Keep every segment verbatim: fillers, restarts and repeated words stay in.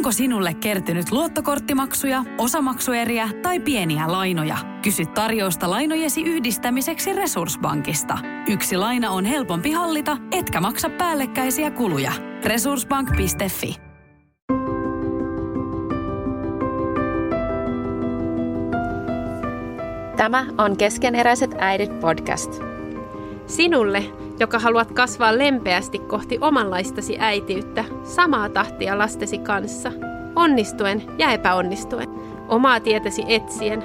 Onko sinulle kertynyt luottokorttimaksuja, osamaksueriä tai pieniä lainoja? Kysy tarjousta lainojesi yhdistämiseksi Resurssbankista. Yksi laina on helpompi hallita, etkä maksa päällekkäisiä kuluja. resurssbank piste fi. Tämä on Keskeneräiset äidit podcast. Sinulle, joka haluat kasvaa lempeästi kohti omanlaistasi äitiyttä, samaa tahtia lastesi kanssa, onnistuen ja epäonnistuen, omaa tietäsi etsien.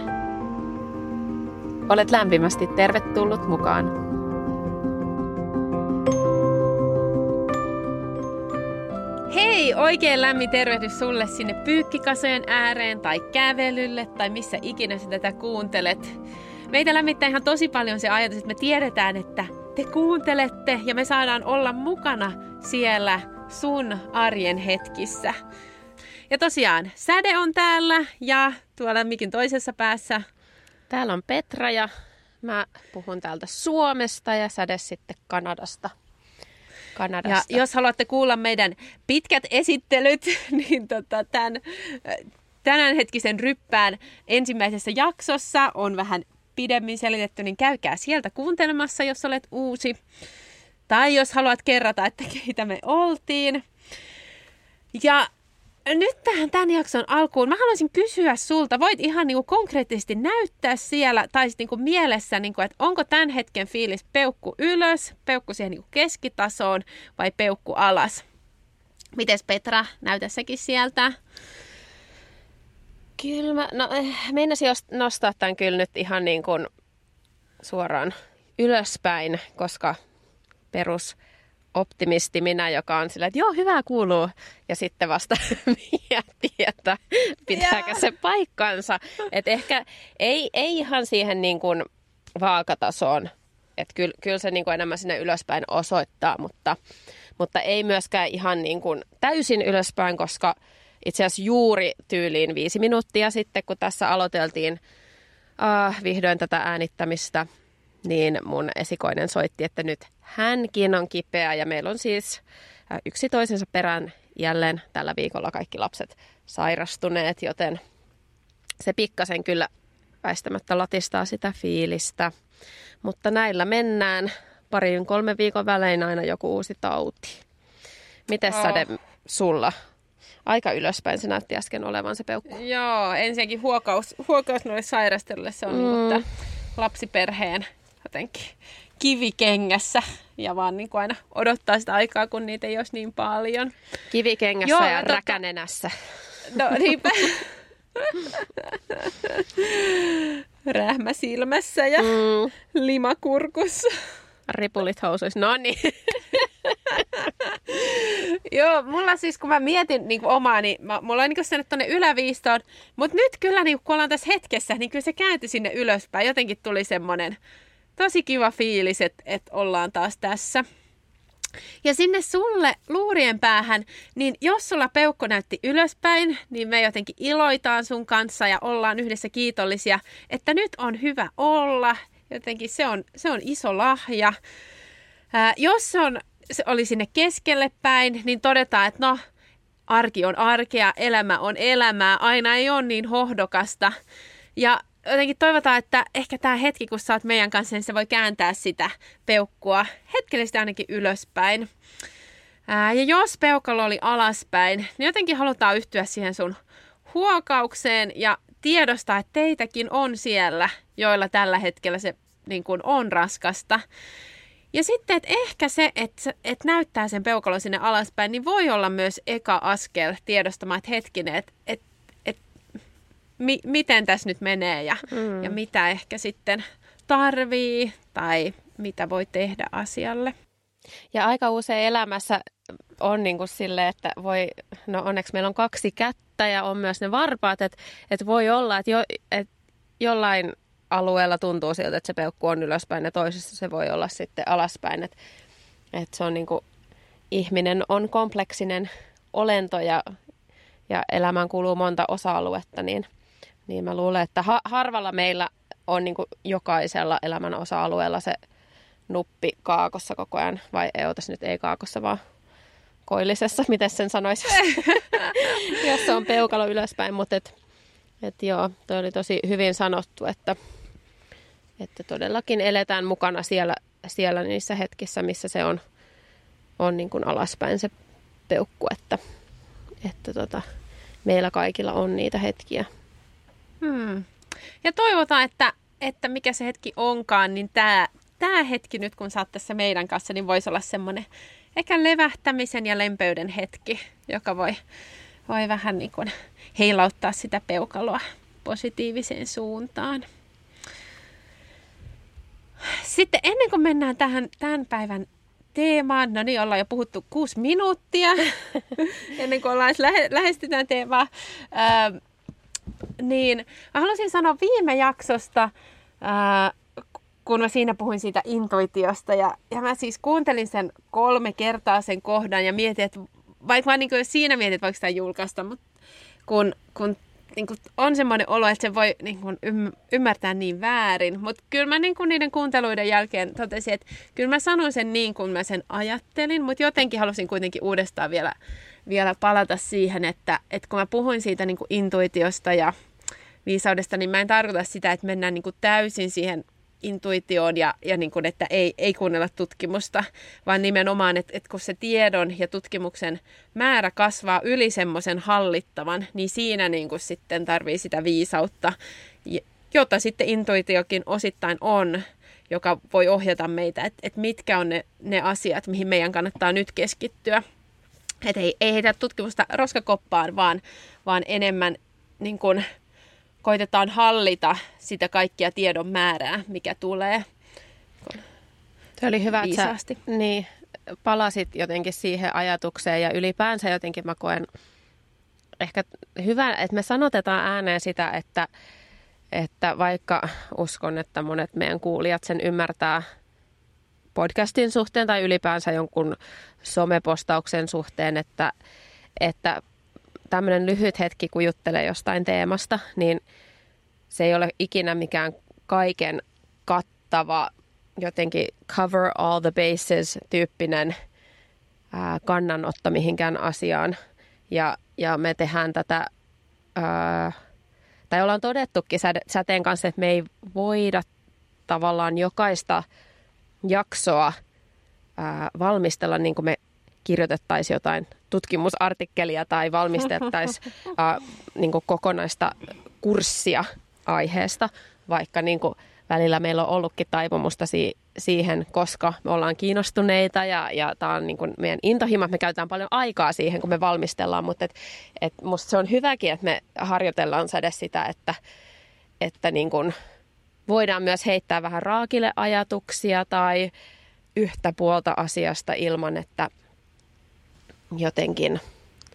Olet lämpimästi tervetullut mukaan. Hei, oikein lämmin tervehdys sulle sinne pyykkikasojen ääreen tai kävelylle tai missä ikinä sä tätä kuuntelet. Meitä lämmittää ihan tosi paljon se ajatus, että me tiedetään, että te kuuntelette ja me saadaan olla mukana siellä sun arjen hetkissä. Ja tosiaan, Säde on täällä ja tuolla mikin toisessa päässä. Täällä on Petra ja mä puhun täältä Suomesta ja Säde sitten Kanadasta. Kanadasta. Ja jos haluatte kuulla meidän pitkät esittelyt, niin tota, tämän, tämänhetkisen ryppään ensimmäisessä jaksossa on vähän pidemmin selitetty, niin käykää sieltä kuuntelemassa, jos olet uusi. Tai jos haluat kerrata, että keitä me oltiin. Ja nyt tähän tämän jakson alkuun mä haluaisin kysyä sulta, voit ihan niinku konkreettisesti näyttää siellä tai sitten niinku mielessä, niinku, että onko tämän hetken fiilis peukku ylös, peukku siihen niinku keskitasoon vai peukku alas. Mites Petra, näytä sekin sieltä. Kyllä mä, no meinasin nostaa tämän kyllä nyt ihan niin kuin suoraan ylöspäin, koska perus optimisti minä, joka on sillä, että joo, hyvää kuuluu. Ja sitten vasta miettii, että pitääkö se paikkansa. Että ehkä ei, ei ihan siihen niin kuin vaakatasoon. Että kyllä, kyllä se niin kuin enemmän sinne ylöspäin osoittaa, mutta, mutta ei myöskään ihan niin kuin täysin ylöspäin, koska itse asiassa juuri tyyliin viisi minuuttia sitten, kun tässä aloiteltiin uh, vihdoin tätä äänittämistä, niin mun esikoinen soitti, että nyt hänkin on kipeä ja meillä on siis yksi toisensa perään jälleen tällä viikolla kaikki lapset sairastuneet, joten se pikkasen kyllä väistämättä latistaa sitä fiilistä. Mutta näillä mennään parin kolmen viikon välein aina joku uusi tauti. Mites oh. Säde sulla? Aika ylöspäin se näytti äsken olevan se peukku. Joo, ensinnäkin huokaus, huokaus noille sairastelulle, se on mm. niin kuin lapsiperheen jotenkin kivikengässä ja vaan niin kuin aina odottaa sitä aikaa, kun niitä ei olisi niin paljon. Kivikengässä Joo, ja totta... räkänenässä. No niinpä. Rähmä silmässä ja mm. limakurkussa. Ripulit housuissa, no niin. Joo, mulla siis kun mä mietin niin kuin omaa, niin mä, mulla on niin kuin tuonne yläviistoon, mutta nyt kyllä niin kun ollaan tässä hetkessä, niin kyllä se kääntyi sinne ylöspäin. Jotenkin tuli semmoinen tosi kiva fiilis, että, että ollaan taas tässä. Ja sinne sulle luurien päähän, niin jos sulla peukko näytti ylöspäin, niin me jotenkin iloitaan sun kanssa ja ollaan yhdessä kiitollisia, että nyt on hyvä olla. Jotenkin se on, se on iso lahja. Ää, jos on, se oli sinne keskelle päin, niin todetaan, että no, arki on arkea, elämä on elämää, aina ei ole niin hohdokasta. Ja jotenkin toivotaan, että ehkä tämä hetki, kun sä oot meidän kanssa, niin se voi kääntää sitä peukkua hetkellisesti ainakin ylöspäin. Ää, ja jos peukalo oli alaspäin, niin jotenkin halutaan yhtyä siihen sun huokaukseen ja tiedostaa, että teitäkin on siellä, joilla tällä hetkellä se niin kuin on raskasta. Ja sitten, että ehkä se, että, että näyttää sen peukalon sinne alaspäin, niin voi olla myös eka askel tiedostamaan, että hetkinen, että, että, että mi, miten tässä nyt menee ja, mm. ja mitä ehkä sitten tarvii tai mitä voi tehdä asialle. Ja aika usein elämässä on niin kuin silleen, että voi, no onneksi meillä on kaksi kättä ja on myös ne varpaat, että, että voi olla, että, jo, että jollain alueella tuntuu siltä, että se peukku on ylöspäin ja toisessa se voi olla sitten alaspäin. Että, että se on niin kuin, ihminen on kompleksinen olento ja, ja elämään kuuluu monta osa-aluetta, niin, niin mä luulen, että ha, harvalla meillä on niin kuin jokaisella elämän osa-alueella se nuppi kaakossa koko ajan, vai ei otas nyt ei kaakossa, vaan koillisessa, miten sen sanoisi, jos on peukalo ylöspäin, mutta et, et joo, toi oli tosi hyvin sanottu, että, että todellakin eletään mukana siellä, siellä niissä hetkissä, missä se on, on niin kuin alaspäin se peukku, että, että tota, meillä kaikilla on niitä hetkiä. Hmm. Ja toivotaan, että, että mikä se hetki onkaan, niin tämä tää hetki nyt, kun sä oot tässä meidän kanssa, niin voisi olla semmoinen ehkä levähtämisen ja lempeyden hetki, joka voi, voi vähän niin kuin heilauttaa sitä peukaloa positiiviseen suuntaan. Sitten ennen kuin mennään tähän tämän päivän teemaan, no niin, ollaan jo puhuttu kuusi minuuttia, ennen kuin ollaan lähe, lähestytään teemaa, ää, niin mä haluaisin sanoa viime jaksosta, ää, kun mä siinä puhuin siitä intuitiosta, ja, ja mä siis kuuntelin sen kolme kertaa sen kohdan, ja mietin, että vaikka mä niin kuin siinä mietin, että voiko sitä julkaista, mutta kun, kun niin kuin on semmoinen olo, että se voi niin kuin ymmärtää niin väärin. Mutta kyllä mä niin kuin niiden kuunteluiden jälkeen totesin, että kyllä mä sanoin sen niin kuin mä sen ajattelin, mutta jotenkin halusin kuitenkin uudestaan vielä, vielä palata siihen, että, että kun mä puhuin siitä niin kuin intuitiosta ja viisaudesta, niin mä en tarkoita sitä, että mennään niin kuin täysin siihen intuitioon ja, ja niin kuin, että ei, ei kuunnella tutkimusta, vaan nimenomaan, että, että kun se tiedon ja tutkimuksen määrä kasvaa yli semmoisen hallittavan, niin siinä niin kuin sitten tarvii sitä viisautta, jota sitten intuitiokin osittain on, joka voi ohjata meitä, että, että mitkä on ne, ne asiat, mihin meidän kannattaa nyt keskittyä. Että ei, ei heitä tutkimusta roskakoppaan, vaan, vaan enemmän niin kuin koitetaan hallita sitä kaikkia tiedon määrää, mikä tulee. Se oli hyvä, viisaasti. että sä niin, palasit jotenkin siihen ajatukseen ja ylipäänsä jotenkin mä koen ehkä hyvä, että me sanotetaan ääneen sitä, että, että vaikka uskon, että monet meidän kuulijat sen ymmärtää podcastin suhteen tai ylipäänsä jonkun somepostauksen suhteen, että, että tämmöinen lyhyt hetki, kun juttelee jostain teemasta, niin se ei ole ikinä mikään kaiken kattava, jotenkin cover all the bases -tyyppinen ää, kannanotto mihinkään asiaan. Ja, ja me tehdään tätä, ää, tai ollaan todettukin säteen kanssa, että me ei voida tavallaan jokaista jaksoa ää, valmistella niin kuin me kirjoitettaisiin jotain tutkimusartikkelia tai valmistettaisiin äh, niin kuin kokonaista kurssia aiheesta, vaikka niin kuin välillä meillä on ollutkin taipumusta si- siihen, koska me ollaan kiinnostuneita ja, ja tämä on niin kuin meidän intohimo, että me käytetään paljon aikaa siihen, kun me valmistellaan, mutta et, et musta se on hyväkin, että me harjoitellaan edes sitä, että, että niin kuin voidaan myös heittää vähän raakille ajatuksia tai yhtä puolta asiasta ilman, että jotenkin,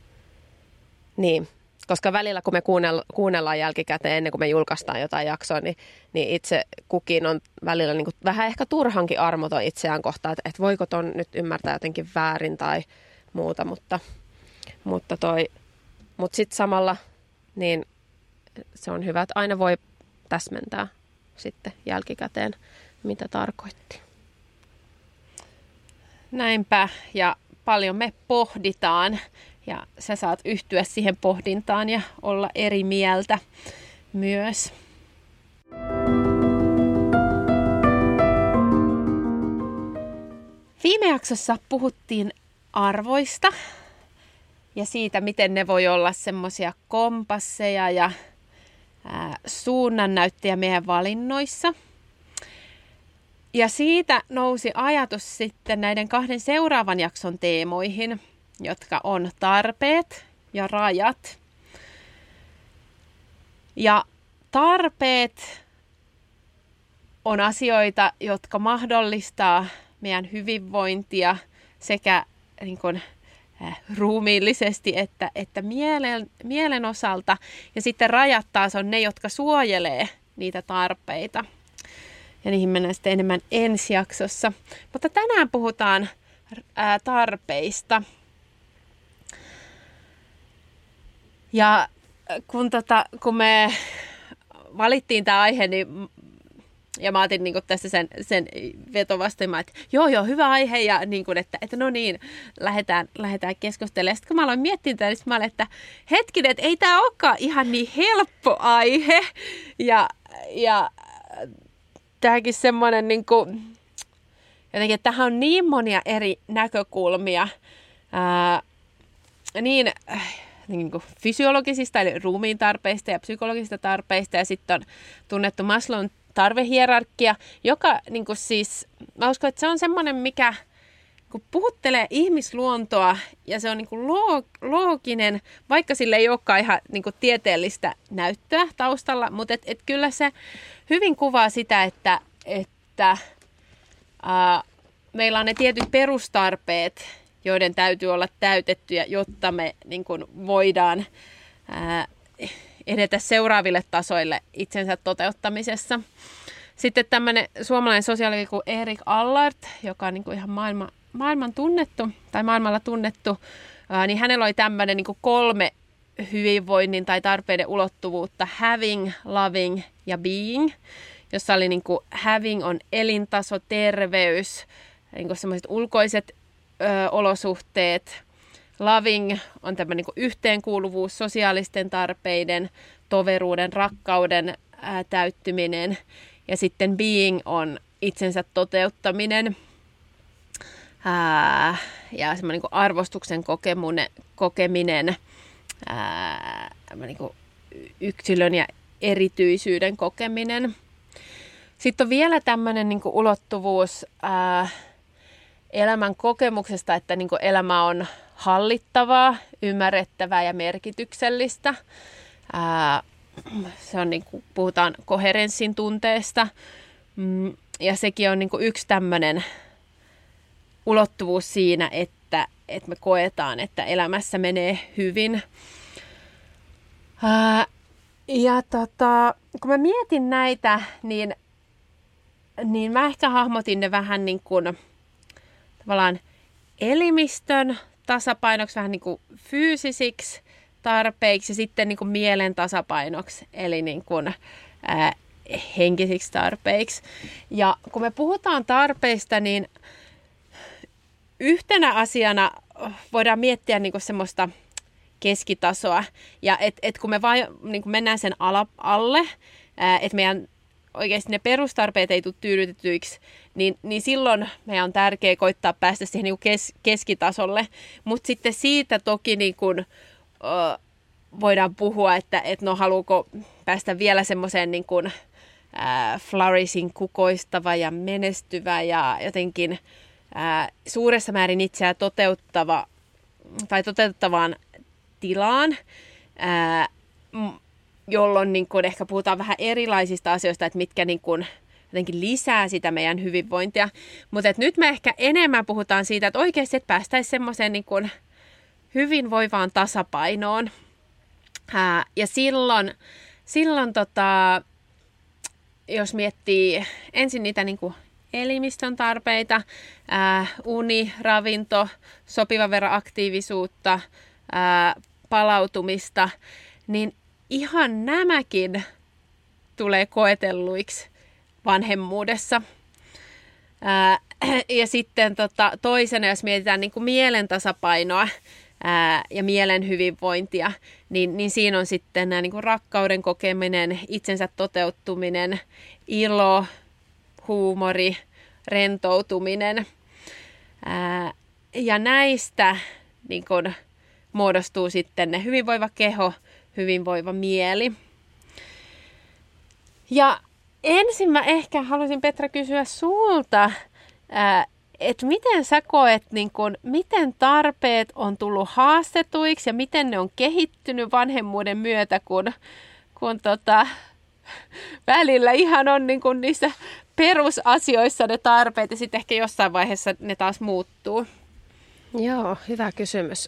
niin, koska välillä kun me kuunnellaan jälkikäteen ennen kuin me julkaistaan jotain jaksoa, niin, niin itse kukin on välillä niin kuin vähän ehkä turhankin armoton itseään kohtaan, että, että voiko ton nyt ymmärtää jotenkin väärin tai muuta, mutta, mutta, toi, mutta sitten samalla niin se on hyvä, että aina voi täsmentää sitten jälkikäteen, mitä tarkoitti. Näinpä, ja paljon me pohditaan ja sä saat yhtyä siihen pohdintaan ja olla eri mieltä myös. Viime jaksossa puhuttiin arvoista ja siitä, miten ne voi olla semmoisia kompasseja ja ää, suunnannäyttäjiä meidän valinnoissa. Ja siitä nousi ajatus sitten näiden kahden seuraavan jakson teemoihin, jotka on tarpeet ja rajat. Ja tarpeet on asioita, jotka mahdollistaa meidän hyvinvointia sekä niin kuin, äh, ruumiillisesti että, että mielen, mielen osalta. Ja sitten rajat taas on ne, jotka suojelee niitä tarpeita. Ja niihin mennään sitten enemmän ensi jaksossa. Mutta tänään puhutaan ää, tarpeista. Ja kun, tota, kun me valittiin tämä aihe, niin Ja mä otin niin kuin tässä sen, sen vetovastimaan, että joo joo, hyvä aihe ja niin kuin, että, että no niin, lähdetään, lähdetään keskustelemaan. Sitten kun mä aloin miettiä tätä, niin mä olin, että hetkinen, että ei tää olekaan ihan niin helppo aihe. Ja, ja tämäkin semmoinen niin kuin, jotenkin, että tähän on niin monia eri näkökulmia, ää, niin, niin kuin fysiologisista eli ruumiin tarpeista ja psykologisista tarpeista. Ja sitten on tunnettu Maslown tarvehierarkia, joka niin kuin siis, mä uskon, että se on semmoinen, mikä kun puhuttelee ihmisluontoa ja se on niin kuin looginen, vaikka sillä ei olekaan ihan niin kuin tieteellistä näyttöä taustalla, mutta et, et kyllä se hyvin kuvaa sitä, että, että ää, meillä on ne tietyt perustarpeet, joiden täytyy olla täytettyjä, jotta me niin kuin voidaan ää, edetä seuraaville tasoille itsensä toteuttamisessa. Sitten tämmöinen suomalainen sosiaalikin kuin Erik Allard, joka on niin kuin ihan maailma, maailman tunnettu, tai maailmalla tunnettu, ää, niin hänellä oli tämmöinen niin kuin kolme hyvinvoinnin tai tarpeiden ulottuvuutta, having, loving ja being, jossa oli niin kuin having on elintaso, terveys, niin kuin semmoiset ulkoiset ö, olosuhteet. Loving on tämmöinen niin kuin yhteenkuuluvuus, sosiaalisten tarpeiden, toveruuden, rakkauden ää, täyttyminen. Ja sitten being on itsensä toteuttaminen ää, ja semmoinen niin kuin arvostuksen kokemune, kokeminen, ää, niin kuin yksilön ja erityisyyden kokeminen. Sitten on vielä tämmöinen niin kuin ulottuvuus ää, elämän kokemuksesta, että niin kuin elämä on hallittavaa, ymmärrettävää ja merkityksellistä. Ää, se on niin kuin, puhutaan koherenssin tunteesta. Mm, ja sekin on niin kuin yksi tämmöinen ulottuvuus siinä, että, että me koetaan, että elämässä menee hyvin. Ää, ja tota, kun mä mietin näitä, niin, niin mä ehkä hahmotin ne vähän niin kuin tavallaan elimistön tasapainoksi, vähän niin kuin fyysisiksi tarpeiksi ja sitten niin kuin mielen tasapainoksi, eli niin kuin, ää, henkisiksi tarpeiksi. Ja kun me puhutaan tarpeista, niin yhtenä asiana voidaan miettiä niin kuin semmoista keskitasoa. Ja et, et kun me vaan niin kuin mennään sen ala, alle, että meidän oikeasti ne perustarpeet ei tule tyydytetyiksi, niin, niin silloin meidän on tärkeää koittaa päästä siihen niin kuin kes, keskitasolle. Mutta sitten siitä toki niin kuin, ö, voidaan puhua, että et no haluuko päästä vielä semmoiseen niin kuin, äh, flourishing, kukoistava ja menestyvä ja jotenkin äh, suuressa määrin itseään toteuttava tai toteuttavaan tilaan, äh, jolloin niin kuin ehkä puhutaan vähän erilaisista asioista, että mitkä niin kuin jotenkin lisää sitä meidän hyvinvointia. Mutta nyt me ehkä enemmän puhutaan siitä, että oikeasti että päästäisiin semmoiseen niin kuin hyvinvoivaan tasapainoon. Ää, ja silloin, silloin tota, jos miettii ensin niitä niin kuin elimistön tarpeita, ää, uni, ravinto, sopivan verran aktiivisuutta, ää, palautumista, niin ihan nämäkin tulee koetelluiksi vanhemmuudessa. Ää, ja sitten tota, toisena, jos mietitään niin kuin mielen tasapainoa ää, ja mielen hyvinvointia, niin, niin siinä on sitten nämä niin kuin rakkauden kokeminen, itsensä toteuttuminen, ilo, huumori, rentoutuminen. Ää, ja näistä niin kuin muodostuu sitten ne hyvinvoiva keho, hyvinvoiva mieli. Ja ensin mä ehkä haluaisin, Petra, kysyä sulta, että miten sä koet, niin kun, miten tarpeet on tullut haastetuiksi ja miten ne on kehittynyt vanhemmuuden myötä, kun, kun tota, välillä ihan on niin kun niissä perusasioissa ne tarpeet ja sitten ehkä jossain vaiheessa ne taas muuttuu. Joo, hyvä kysymys.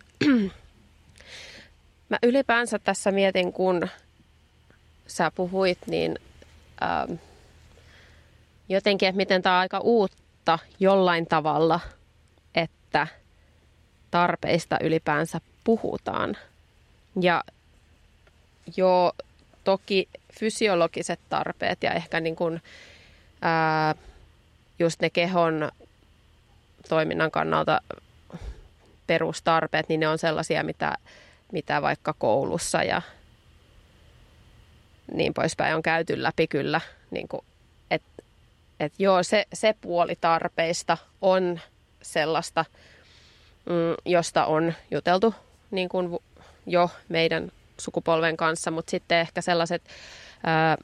Mä ylipäänsä tässä mietin, kun sä puhuit, niin ähm, jotenkin, että miten tämä on aika uutta jollain tavalla, että tarpeista ylipäänsä puhutaan. Ja jo toki fysiologiset tarpeet ja ehkä niin kuin, ää, just ne kehon toiminnan kannalta perustarpeet, niin ne on sellaisia, mitä, mitä vaikka koulussa ja niin poispäin on käyty läpi kyllä. Niin että et joo, se, se puoli tarpeista on sellaista, mm, josta on juteltu niin kuin jo meidän sukupolven kanssa, mutta sitten ehkä sellaiset ää,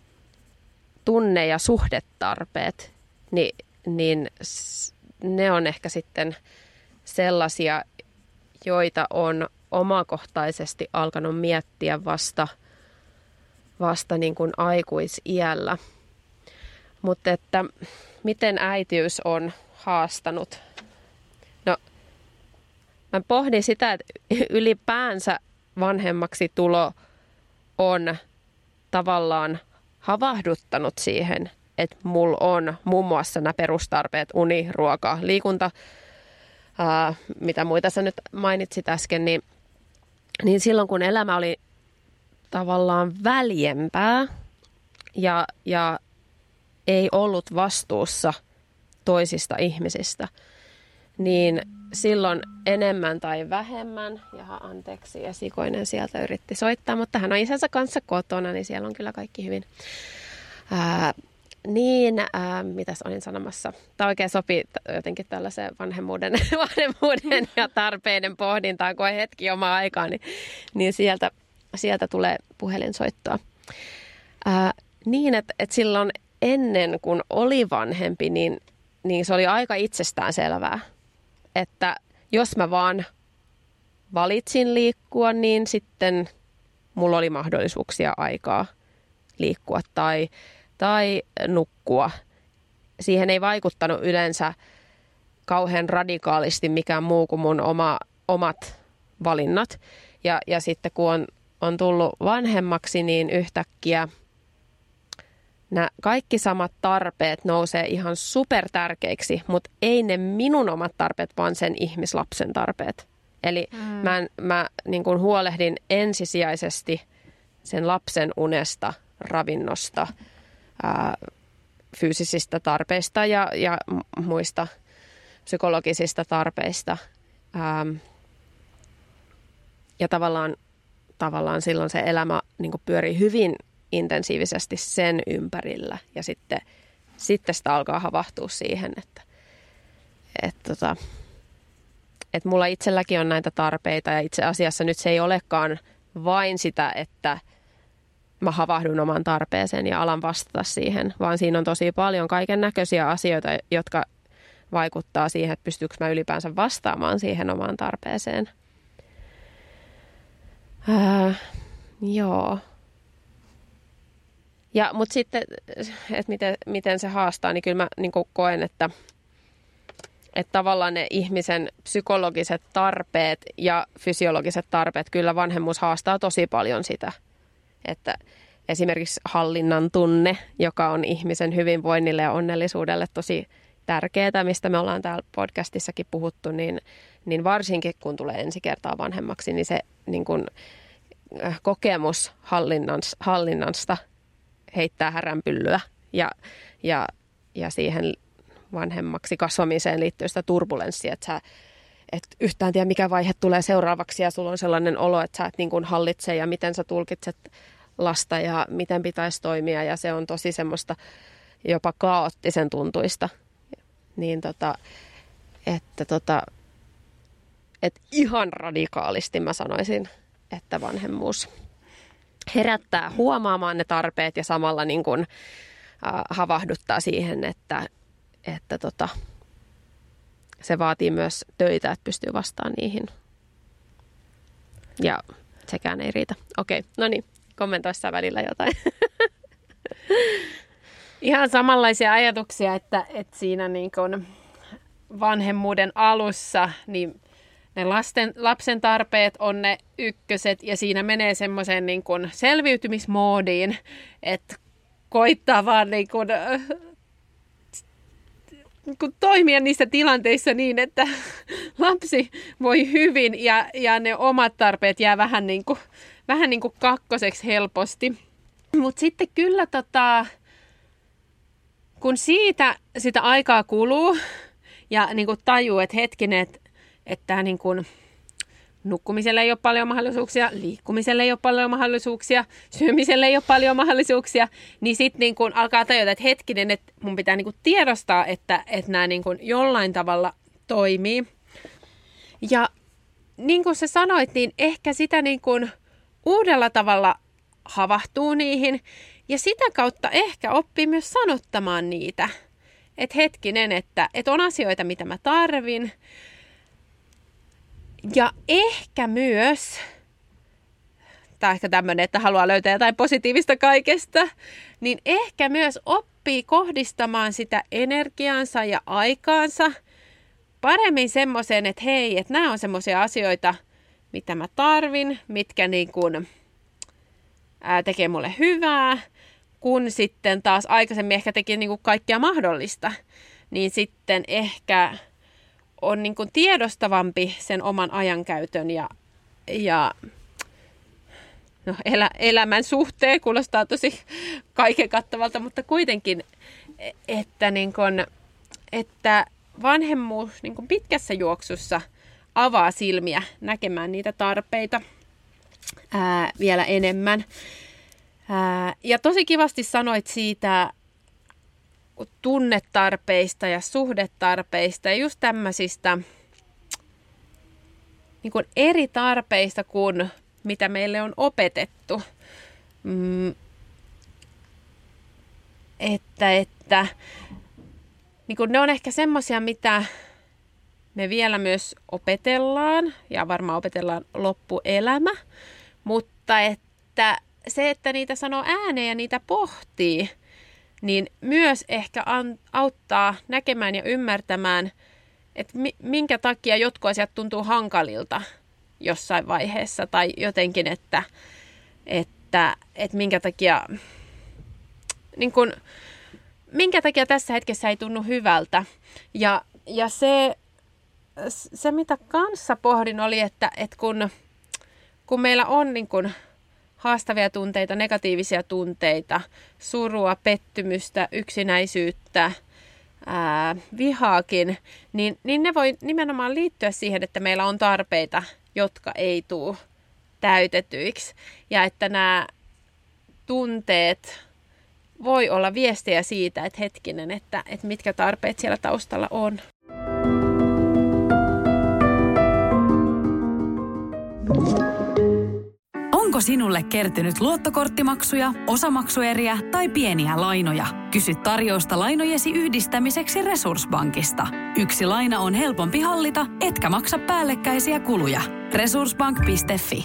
tunne- ja suhdetarpeet, niin, niin ne on ehkä sitten sellaisia, joita on omakohtaisesti alkanut miettiä vasta, vasta niin kuin aikuisiällä. Mutta että miten äitiys on haastanut? No, mä pohdin sitä, että ylipäänsä vanhemmaksi tulo on tavallaan havahduttanut siihen, että mulla on muun muassa nämä perustarpeet, uni, ruoka, liikunta, ää, mitä muita sä nyt mainitsit äsken, niin, niin silloin kun elämä oli tavallaan väljempää ja, ja ei ollut vastuussa toisista ihmisistä, niin silloin enemmän tai vähemmän, jaha anteeksi, esikoinen sieltä yritti soittaa, mutta hän on isänsä kanssa kotona, niin siellä on kyllä kaikki hyvin. Ää, niin, ää, mitäs olin sanomassa? Tämä oikein sopii jotenkin tällaiseen vanhemmuuden, vanhemmuuden ja tarpeiden pohdintaan, kun on hetki omaa aikaa, niin, niin sieltä, sieltä tulee puhelinsoittoa. Ää, niin, että et silloin ennen kuin oli vanhempi, niin, niin se oli aika itsestään selvää, että jos mä vaan valitsin liikkua, niin sitten mulla oli mahdollisuuksia aikaa liikkua tai, tai nukkua. Siihen ei vaikuttanut yleensä kauhean radikaalisti mikään muu kuin mun oma, omat valinnat. Ja, ja sitten kun on, on tullut vanhemmaksi, niin yhtäkkiä nämä kaikki samat tarpeet nousee ihan supertärkeiksi, mutta ei ne minun omat tarpeet, vaan sen ihmislapsen tarpeet. Eli mm. mä, mä niin kuin huolehdin ensisijaisesti sen lapsen unesta, ravinnosta, ää, fyysisistä tarpeista ja, ja muista psykologisista tarpeista. Ää, ja tavallaan, tavallaan silloin se elämä niin kuin pyörii hyvin intensiivisesti sen ympärillä ja sitten, sitten sitä alkaa havahtua siihen, että, että, että, että mulla itselläkin on näitä tarpeita ja itse asiassa nyt se ei olekaan vain sitä, että mä havahdun oman tarpeeseen ja alan vastata siihen, vaan siinä on tosi paljon kaiken näköisiä asioita, jotka vaikuttaa siihen, että pystyykö mä ylipäänsä vastaamaan siihen omaan tarpeeseen. Ää, joo. Ja, mutta sitten, että miten, miten se haastaa, niin kyllä mä niin kuin koen, että, että tavallaan ne ihmisen psykologiset tarpeet ja fysiologiset tarpeet, kyllä vanhemmuus haastaa tosi paljon sitä. Että esimerkiksi hallinnan tunne, joka on ihmisen hyvinvoinnille ja onnellisuudelle tosi tärkeää, mistä me ollaan täällä podcastissakin puhuttu, niin, niin varsinkin kun tulee ensi kertaa vanhemmaksi, niin se niin kuin, kokemus hallinnans, hallinnasta heittää häränpyllyä ja, ja, ja siihen vanhemmaksi kasvamiseen liittyy sitä turbulenssia, että sä et yhtään tiedä mikä vaihe tulee seuraavaksi ja sulla on sellainen olo, että sä et niin kuin hallitse ja miten sä tulkitset lasta ja miten pitäisi toimia ja se on tosi semmoista jopa kaoottisen tuntuista. Niin tota, että tota, et ihan radikaalisti mä sanoisin, että vanhemmuus herättää huomaamaan ne tarpeet ja samalla niin kuin, äh, havahduttaa siihen, että, että tota, se vaatii myös töitä, että pystyy vastaamaan niihin. Ja sekään ei riitä. Okei, no niin, kommentoissa välillä jotain. Ihan samanlaisia ajatuksia, että, että siinä niin kuin vanhemmuuden alussa niin ne lasten, lapsen tarpeet on ne ykköset ja siinä menee semmoiseen niin kuin selviytymismoodiin, että koittaa vaan niin kuin, äh, kun toimia niissä tilanteissa niin, että lapsi voi hyvin ja, ja ne omat tarpeet jää vähän niin kuin, vähän niin kuin kakkoseksi helposti. Mutta sitten kyllä tota, kun siitä sitä aikaa kuluu ja niin kuin tajuu, että hetkinen, että, että niin kuin nukkumiselle ei ole paljon mahdollisuuksia, liikkumiselle ei ole paljon mahdollisuuksia, syömiselle ei ole paljon mahdollisuuksia, niin sitten niin kun alkaa tajuta, että hetkinen, että mun pitää niin kun tiedostaa, että, että nämä niin kun jollain tavalla toimii. Ja niin kuin sä sanoit, niin ehkä sitä niin kun uudella tavalla havahtuu niihin ja sitä kautta ehkä oppii myös sanottamaan niitä. Että hetkinen, että, että on asioita, mitä mä tarvin. Ja ehkä myös, tai ehkä tämmöinen, että haluaa löytää jotain positiivista kaikesta, niin ehkä myös oppii kohdistamaan sitä energiaansa ja aikaansa paremmin semmoiseen, että hei, että nämä on semmoisia asioita, mitä mä tarvin, mitkä niin kuin, ää, tekee mulle hyvää, kun sitten taas aikaisemmin ehkä teki niin kuin kaikkea mahdollista, niin sitten ehkä on niin kuin tiedostavampi sen oman ajankäytön ja, ja no, elä, elämän suhteen. Kuulostaa tosi kaiken kattavalta, mutta kuitenkin, että, niin kuin, että vanhemmuus niin kuin pitkässä juoksussa avaa silmiä näkemään niitä tarpeita ää, vielä enemmän. Ää, ja tosi kivasti sanoit siitä tunnetarpeista ja suhdetarpeista ja just tämmöisistä niin kuin eri tarpeista kuin mitä meille on opetettu. Mm, että että niin kuin ne on ehkä semmoisia, mitä me vielä myös opetellaan ja varmaan opetellaan loppuelämä, mutta että se, että niitä sanoo ääneen ja niitä pohtii, niin myös ehkä auttaa näkemään ja ymmärtämään, että minkä takia jotkut asiat tuntuu hankalilta jossain vaiheessa tai jotenkin, että, että, että minkä takia, niin kun, minkä takia tässä hetkessä ei tunnu hyvältä. Ja, ja se, se, mitä kanssa pohdin, oli, että, että kun, kun meillä on niin kun haastavia tunteita, negatiivisia tunteita, surua, pettymystä, yksinäisyyttä, ää, vihaakin, niin, niin ne voi nimenomaan liittyä siihen, että meillä on tarpeita, jotka ei tule täytetyiksi. Ja että nämä tunteet voi olla viestejä siitä, että hetkinen, että, että mitkä tarpeet siellä taustalla on. Onko sinulle kertynyt luottokorttimaksuja, osamaksueriä tai pieniä lainoja? Kysy tarjousta lainojesi yhdistämiseksi Resurssbankista. Yksi laina on helpompi hallita, etkä maksa päällekkäisiä kuluja. resurssbank piste fi.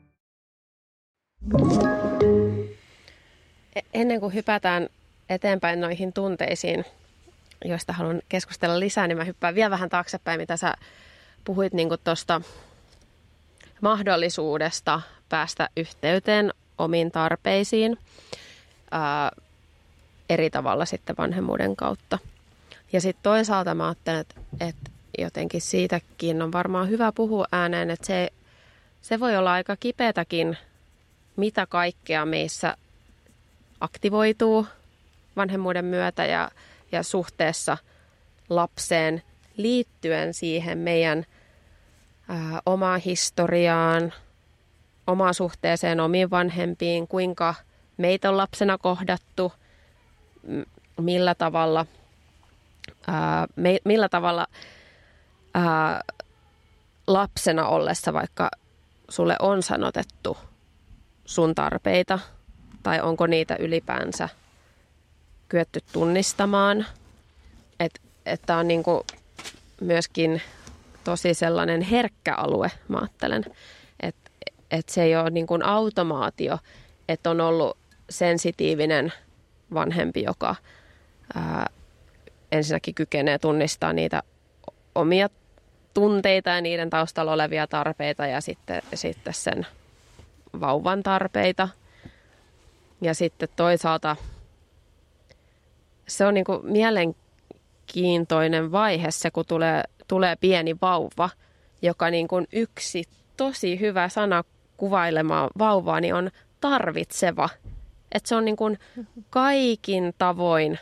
Ennen kuin hypätään eteenpäin noihin tunteisiin, joista haluan keskustella lisää, niin mä hyppään vielä vähän taaksepäin, mitä sä puhuit niin kuin tuosta mahdollisuudesta päästä yhteyteen omiin tarpeisiin ää, eri tavalla sitten vanhemmuuden kautta. Ja sitten toisaalta mä ajattelen, että, että jotenkin siitäkin on varmaan hyvä puhua ääneen, että se, se voi olla aika kipeätäkin, mitä kaikkea meissä aktivoituu vanhemmuuden myötä ja, ja suhteessa lapseen liittyen siihen meidän ää, omaan historiaan, omaan suhteeseen omiin vanhempiin, kuinka meitä on lapsena kohdattu, millä tavalla, ää, me, millä tavalla ää, lapsena ollessa vaikka sulle on sanotettu sun tarpeita, tai onko niitä ylipäänsä kyetty tunnistamaan. Että et tää on niinku myöskin tosi sellainen herkkä alue, mä ajattelen. Että et se ei ole niinku automaatio, että on ollut sensitiivinen vanhempi, joka ää, ensinnäkin kykenee tunnistamaan niitä omia tunteita ja niiden taustalla olevia tarpeita ja sitten, sitten sen vauvan tarpeita. Ja sitten toisaalta se on niin kuin mielenkiintoinen vaihe se, kun tulee, tulee pieni vauva, joka niin kuin yksi tosi hyvä sana kuvailemaan vauvaa niin on tarvitseva. Että se on niin kuin kaikin tavoin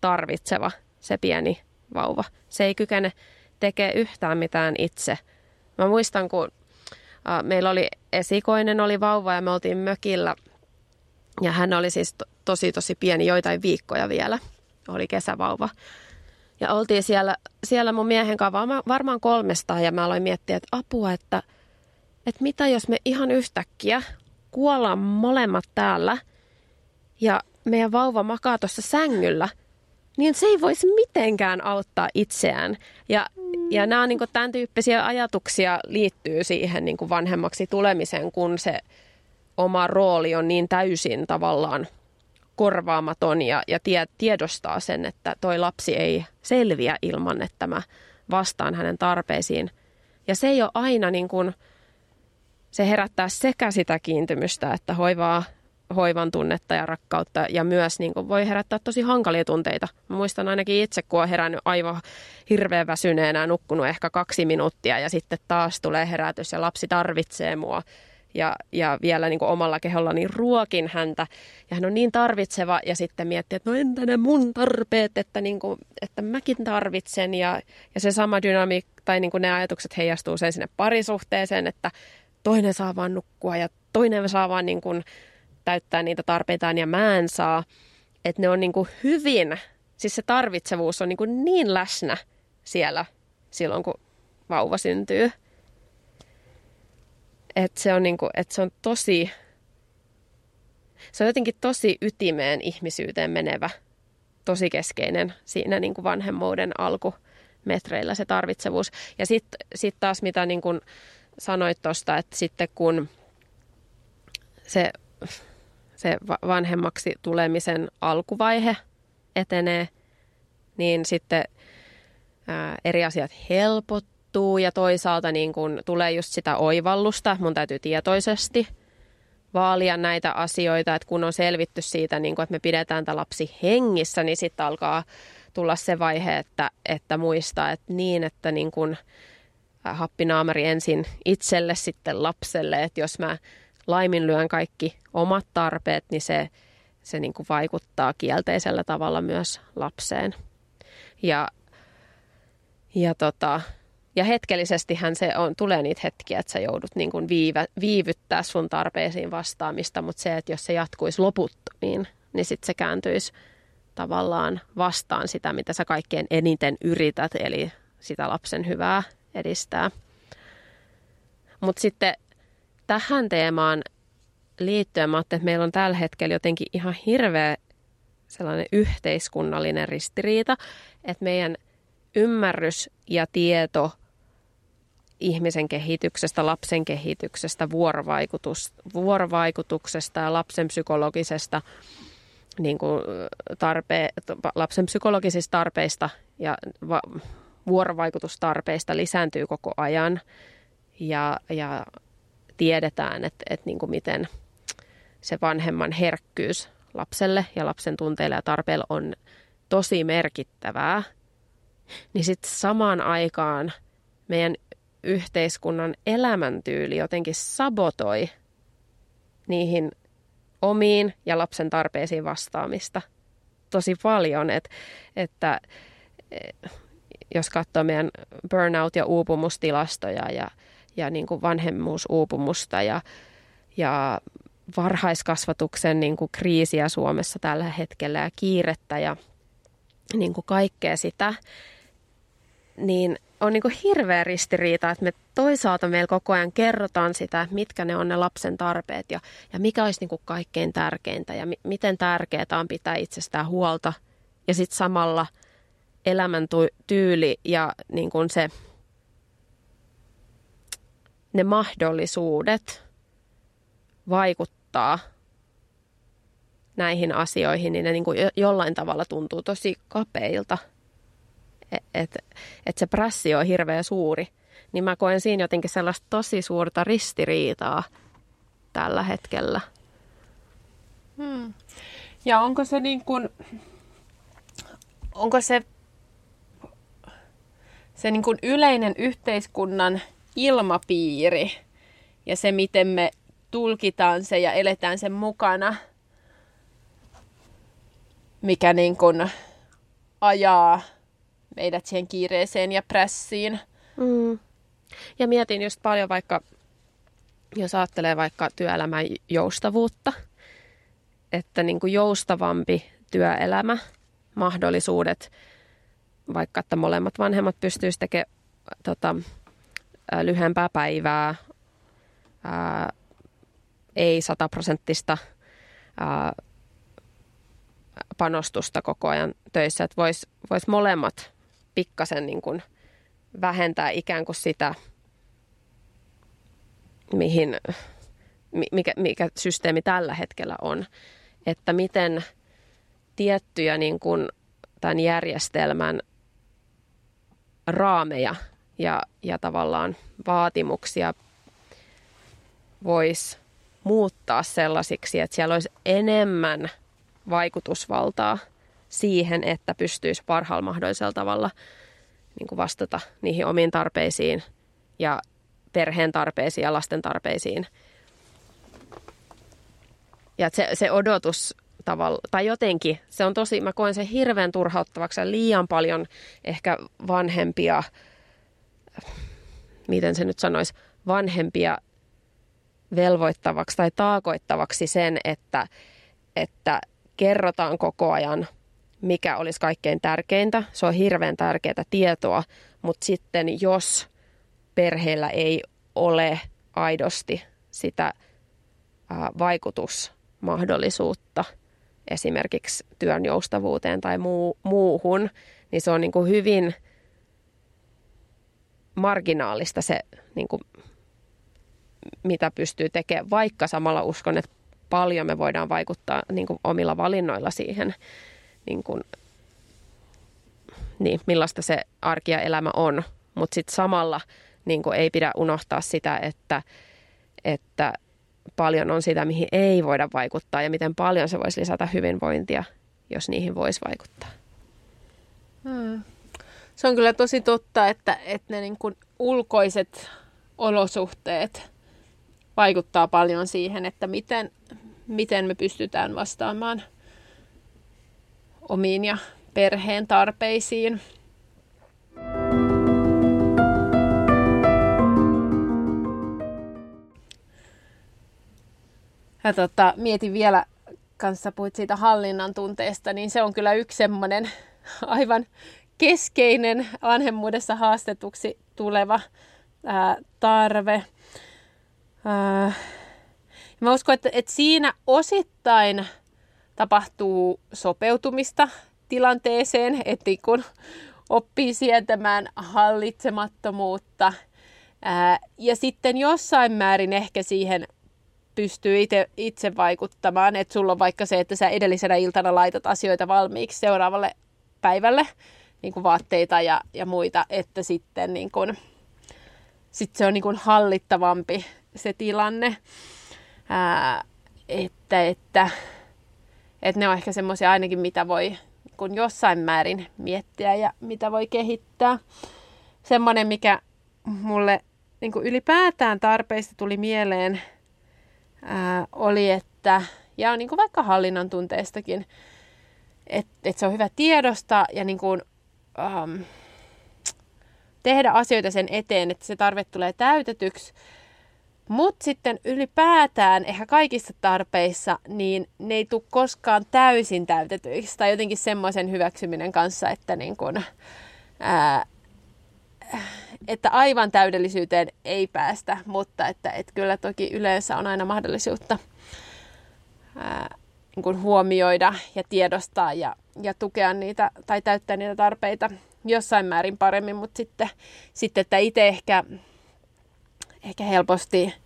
tarvitseva se pieni vauva. Se ei kykene tekemään yhtään mitään itse. Mä muistan, kun äh, meillä oli esikoinen, oli vauva ja me oltiin mökillä. Ja hän oli siis to- tosi tosi pieni, joitain viikkoja vielä. Oli kesävauva. Ja oltiin siellä, siellä mun miehen kanssa varmaan kolmestaan ja mä aloin miettiä, että apua, että, että mitä jos me ihan yhtäkkiä kuollaan molemmat täällä ja meidän vauva makaa tuossa sängyllä, niin se ei voisi mitenkään auttaa itseään. Ja, ja nämä niin kuin tämän tyyppisiä ajatuksia liittyy siihen niin kuin vanhemmaksi tulemiseen, kun se oma rooli on niin täysin tavallaan korvaamaton ja, ja tie, tiedostaa sen, että toi lapsi ei selviä ilman, että mä vastaan hänen tarpeisiin. Ja se ei ole aina niin kuin, se herättää sekä sitä kiintymystä, että hoivaa, hoivan tunnetta ja rakkautta ja myös niin kuin voi herättää tosi hankalia tunteita. Mä muistan ainakin itse, kun olen herännyt aivan hirveän väsyneenä ja nukkunut ehkä kaksi minuuttia ja sitten taas tulee herätys ja lapsi tarvitsee mua. Ja, ja vielä niin kuin omalla kehollani ruokin häntä. Ja hän on niin tarvitseva ja sitten miettii, että no entä ne mun tarpeet, että, niin kuin, että mäkin tarvitsen. Ja, ja se sama dynamiikka tai niin kuin ne ajatukset heijastuu sen sinne parisuhteeseen, että toinen saa vaan nukkua ja toinen saa vaan niin kuin täyttää niitä tarpeitaan ja mä en saa. Että ne on niin kuin hyvin, siis se tarvitsevuus on niin kuin niin läsnä siellä silloin, kun vauva syntyy. Että se on niinku, että se on tosi, se on jotenkin tosi ytimeen ihmisyyteen menevä, tosi keskeinen siinä niinku vanhemmuuden alkumetreillä se tarvitsevuus. Ja sitten sit taas mitä niinku sanoit tuosta, että sitten kun se, se vanhemmaksi tulemisen alkuvaihe etenee, niin sitten ää, eri asiat helpottuu. Ja toisaalta niin kun tulee just sitä oivallusta, mun täytyy tietoisesti vaalia näitä asioita, että kun on selvitty siitä, niin kun, että me pidetään tämä lapsi hengissä, niin sitten alkaa tulla se vaihe, että, että muistaa, että niin, että niin kun happinaamari ensin itselle, sitten lapselle, että jos mä laiminlyön kaikki omat tarpeet, niin se, se niin kun vaikuttaa kielteisellä tavalla myös lapseen. Ja, ja tota... Ja hetkellisestihän se on, tulee niitä hetkiä, että sä joudut niin kuin viivä, viivyttää sun tarpeisiin vastaamista, mutta se, että jos se jatkuisi loputtomiin, niin sitten se kääntyisi tavallaan vastaan sitä, mitä sä kaikkein eniten yrität, eli sitä lapsen hyvää edistää. Mutta sitten tähän teemaan liittyen mä ajattelin, että meillä on tällä hetkellä jotenkin ihan hirveä sellainen yhteiskunnallinen ristiriita, että meidän ymmärrys ja tieto ihmisen kehityksestä, lapsen kehityksestä, vuorovaikutus, vuorovaikutuksesta ja lapsen psykologisesta niin kuin tarpe, lapsen psykologisista tarpeista ja va, vuorovaikutustarpeista lisääntyy koko ajan ja, ja tiedetään, että, että niin kuin miten se vanhemman herkkyys lapselle ja lapsen tunteille ja tarpeille on tosi merkittävää. Niin sitten samaan aikaan meidän yhteiskunnan elämäntyyli jotenkin sabotoi niihin omiin ja lapsen tarpeisiin vastaamista tosi paljon. Et, että jos katsoo meidän burnout- ja uupumustilastoja ja, ja niin kuin vanhemmuusuupumusta ja, ja varhaiskasvatuksen niin kuin kriisiä Suomessa tällä hetkellä ja kiirettä ja niin kuin kaikkea sitä, niin on niin kuin hirveä ristiriita, että me toisaalta meillä koko ajan kerrotaan sitä, mitkä ne on ne lapsen tarpeet ja, ja mikä olisi niin kuin kaikkein tärkeintä ja mi- miten tärkeää on pitää itsestään huolta. Ja sitten samalla elämäntyyli ja niin kuin se, ne mahdollisuudet vaikuttaa näihin asioihin, niin ne niin kuin jollain tavalla tuntuu tosi kapeilta. Että et se prässi on hirveän suuri. Niin mä koen siinä jotenkin sellaista tosi suurta ristiriitaa tällä hetkellä. Hmm. Ja onko se niin kuin, onko se, se niin kuin yleinen yhteiskunnan ilmapiiri ja se, miten me tulkitaan se ja eletään sen mukana, mikä niin kuin ajaa meidät siihen kiireeseen ja prässiin. Mm. Ja mietin just paljon vaikka, jos ajattelee vaikka työelämän joustavuutta, että niin kuin joustavampi työelämä, mahdollisuudet, vaikka että molemmat vanhemmat pystyisivät tekemään tota, lyhyempää päivää, ää, ei sataprosenttista panostusta koko ajan töissä, että vois, vois molemmat pikkasen niin kuin vähentää ikään kuin sitä, mihin, mikä, mikä systeemi tällä hetkellä on, että miten tiettyjä niin kuin tämän järjestelmän raameja ja, ja tavallaan vaatimuksia voisi muuttaa sellaisiksi, että siellä olisi enemmän vaikutusvaltaa siihen, että pystyisi parhaalla mahdollisella tavalla niin kuin vastata niihin omiin tarpeisiin ja perheen tarpeisiin ja lasten tarpeisiin. Ja se, se odotus tavalla, tai jotenkin, se on tosi, mä koen sen hirveän turhauttavaksi ja liian paljon ehkä vanhempia, miten se nyt sanoisi, vanhempia velvoittavaksi tai taakoittavaksi sen, että, että kerrotaan koko ajan, mikä olisi kaikkein tärkeintä. Se on hirveän tärkeää tietoa, mutta sitten jos perheellä ei ole aidosti sitä ää, vaikutusmahdollisuutta esimerkiksi työn joustavuuteen tai muu, muuhun, niin se on niin kuin hyvin marginaalista se, niin kuin, mitä pystyy tekemään, vaikka samalla uskon, että paljon me voidaan vaikuttaa niin kuin omilla valinnoilla siihen, niin kuin, niin, millaista se arki ja elämä on. Mutta sitten samalla niin kuin ei pidä unohtaa sitä, että, että paljon on sitä, mihin ei voida vaikuttaa ja miten paljon se voisi lisätä hyvinvointia, jos niihin voisi vaikuttaa. Hmm. Se on kyllä tosi totta, että, että ne niin kuin ulkoiset olosuhteet vaikuttaa paljon siihen, että miten, miten me pystytään vastaamaan omiin ja perheen tarpeisiin. Ja tota, mietin vielä, kanssa puhuit siitä hallinnan tunteesta, niin se on kyllä yksi semmoinen aivan keskeinen vanhemmuudessa haastetuksi tuleva ää, tarve. Ää, mä uskon, että, että siinä osittain tapahtuu sopeutumista tilanteeseen, että kun oppii sietämään hallitsemattomuutta ää, ja sitten jossain määrin ehkä siihen pystyy itse, itse vaikuttamaan, että sulla on vaikka se, että sä edellisenä iltana laitat asioita valmiiksi seuraavalle päivälle, niin kuin vaatteita ja, ja muita, että sitten niin kuin, sit se on niin kuin hallittavampi se tilanne, ää, että, että, että ne on ehkä semmoisia ainakin, mitä voi kun jossain määrin miettiä ja mitä voi kehittää. Semmoinen, mikä mulle niin kuin ylipäätään tarpeista tuli mieleen, ää, oli, että, ja niin kuin vaikka hallinnan tunteestakin, että, että se on hyvä tiedostaa ja niin kuin, ähm, tehdä asioita sen eteen, että se tarve tulee täytetyksi. Mutta sitten ylipäätään ehkä kaikissa tarpeissa, niin ne ei tule koskaan täysin täytetyiksi. Tai jotenkin semmoisen hyväksyminen kanssa, että, niin kun, ää, että aivan täydellisyyteen ei päästä, mutta että, että kyllä toki yleensä on aina mahdollisuutta ää, niin kun huomioida ja tiedostaa ja, ja tukea niitä tai täyttää niitä tarpeita jossain määrin paremmin. Mutta sitten, sitten että itse ehkä... ehkä helposti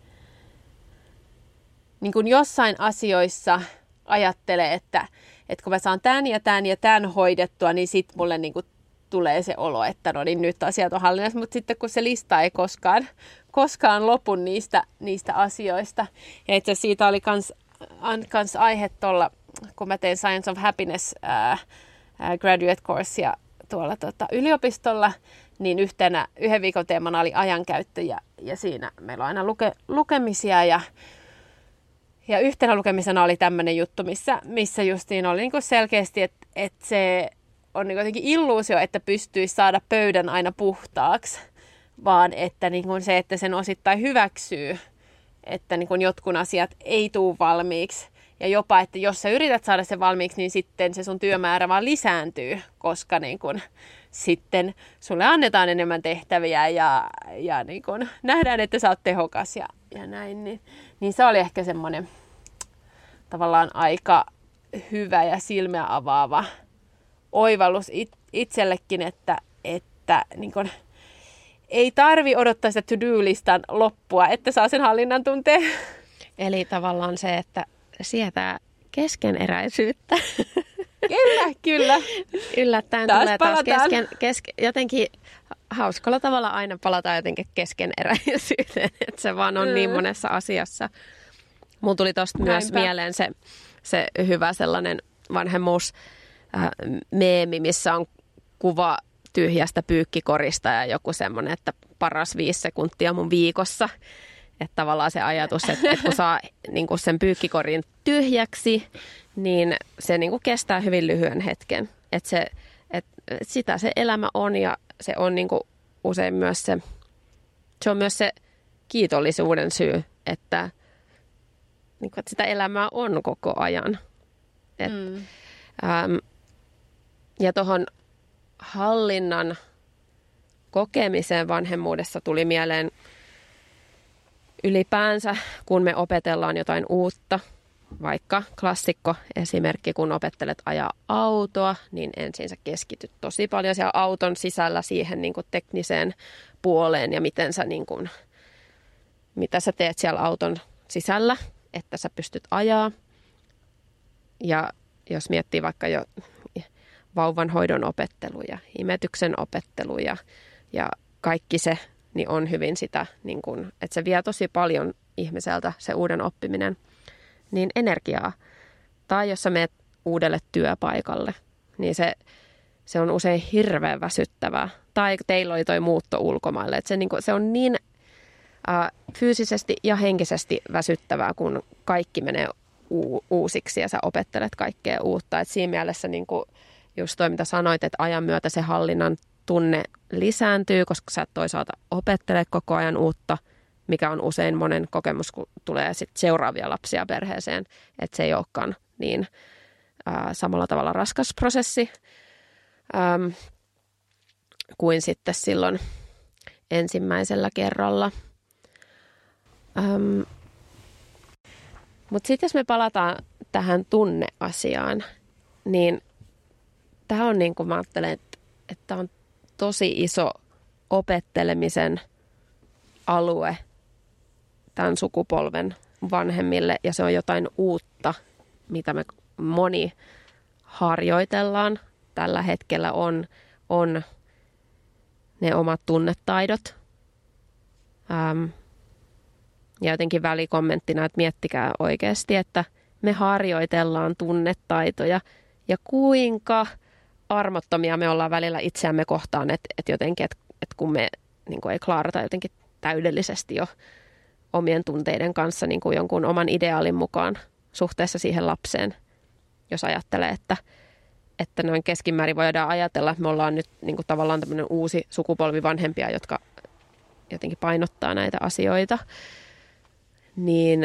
niin kuin jossain asioissa ajattelee, että, että kun mä saan tämän ja tämän ja tämän hoidettua, niin sitten mulle niin kuin tulee se olo, että no niin nyt asiat on hallinnassa, mutta sitten kun se lista ei koskaan, koskaan lopu niistä, niistä asioista. Ja itse asiassa siitä oli kans, kans aihe tuolla, kun mä tein Science of Happiness ää, ää, graduate coursea tuolla tota, yliopistolla, niin yhtenä, yhden viikon teemana oli ajankäyttö ja, ja siinä meillä on aina luke, lukemisia ja, ja yhtenä lukemisena oli tämmöinen juttu, missä, missä justiin oli niin kuin selkeästi, että, että se on niin jotenkin illuusio, että pystyisi saada pöydän aina puhtaaksi, vaan että niin kuin se, että sen osittain hyväksyy, että niin kuin jotkut asiat ei tule valmiiksi. Ja jopa, että jos sä yrität saada sen valmiiksi, niin sitten se sun työmäärä vaan lisääntyy, koska niin kun sitten sulle annetaan enemmän tehtäviä ja, ja niin kun nähdään, että sä oot tehokas ja, ja näin. Niin, niin se oli ehkä semmoinen tavallaan aika hyvä ja silmiä avaava oivallus it, itsellekin, että, että niin kun ei tarvi odottaa sitä to-do-listan loppua, että saa sen hallinnan tunteen. Eli tavallaan se, että sietää keskeneräisyyttä. Kyllä, kyllä. Yllättäen taas tulee taas palataan. kesken, keske, jotenkin hauskalla tavalla aina palataan jotenkin keskeneräisyyteen, että se vaan on mm. niin monessa asiassa. Mulla tuli tosta myös Näinpä. mieleen se, se hyvä sellainen vanhemmuus äh, meemi, missä on kuva tyhjästä pyykkikorista ja joku semmoinen, että paras viisi sekuntia mun viikossa. Että tavallaan se ajatus, että, että kun saa niin kuin sen pyykkikorin tyhjäksi, niin se niin kuin kestää hyvin lyhyen hetken. Että se, että sitä se elämä on ja se on niin kuin usein myös se, se on myös se kiitollisuuden syy, että, niin kuin, että sitä elämää on koko ajan. Et, Mm. äm, ja tuohon hallinnan kokemiseen vanhemmuudessa tuli mieleen ylipäänsä, kun me opetellaan jotain uutta, vaikka klassikko esimerkki, kun opettelet ajaa autoa, niin ensin sä keskityt tosi paljon siellä auton sisällä siihen niin kuin tekniseen puoleen ja miten sä, niin kuin, mitä sä teet siellä auton sisällä, että sä pystyt ajaa. Ja jos miettii vaikka jo vauvanhoidon opetteluja, imetyksen opetteluja ja kaikki se, niin on hyvin sitä, niin kun, että se vie tosi paljon ihmiseltä se uuden oppiminen, niin energiaa. Tai jos sä meet uudelle työpaikalle, niin se, se on usein hirveän väsyttävää. Tai teillä oli toi muutto ulkomaille, että se, niin kun, se on niin äh, fyysisesti ja henkisesti väsyttävää, kun kaikki menee u- uusiksi ja sä opettelet kaikkea uutta. Et siinä mielessä niin kun, just toi, mitä sanoit, että ajan myötä se hallinnan tunne lisääntyy, koska sä toisaalta opettelet koko ajan uutta, mikä on usein monen kokemus, kun tulee sit seuraavia lapsia perheeseen, että se ei olekaan niin ää, samalla tavalla raskas prosessi äm, kuin sitten silloin ensimmäisellä kerralla. Ähm, Mutta sitten jos me palataan tähän tunneasiaan, niin tämä on niin kuin mä ajattelen, että, että on tosi iso opettelemisen alue tämän sukupolven vanhemmille ja se on jotain uutta, mitä me moni harjoitellaan. Tällä hetkellä on, on ne omat tunnetaidot. Ähm, ja jotenkin välikommenttina, että miettikää oikeasti, että me harjoitellaan tunnetaitoja ja kuinka armottomia me ollaan välillä itseämme kohtaan, että, että jotenkin, että, että kun me niin kuin ei klaarata jotenkin täydellisesti jo omien tunteiden kanssa niin kuin jonkun oman ideaalin mukaan suhteessa siihen lapseen, jos ajattelee, että, että noin keskimäärin voidaan ajatella, että me ollaan nyt niin kuin tavallaan tämmöinen uusi sukupolvi vanhempia, jotka jotenkin painottaa näitä asioita, niin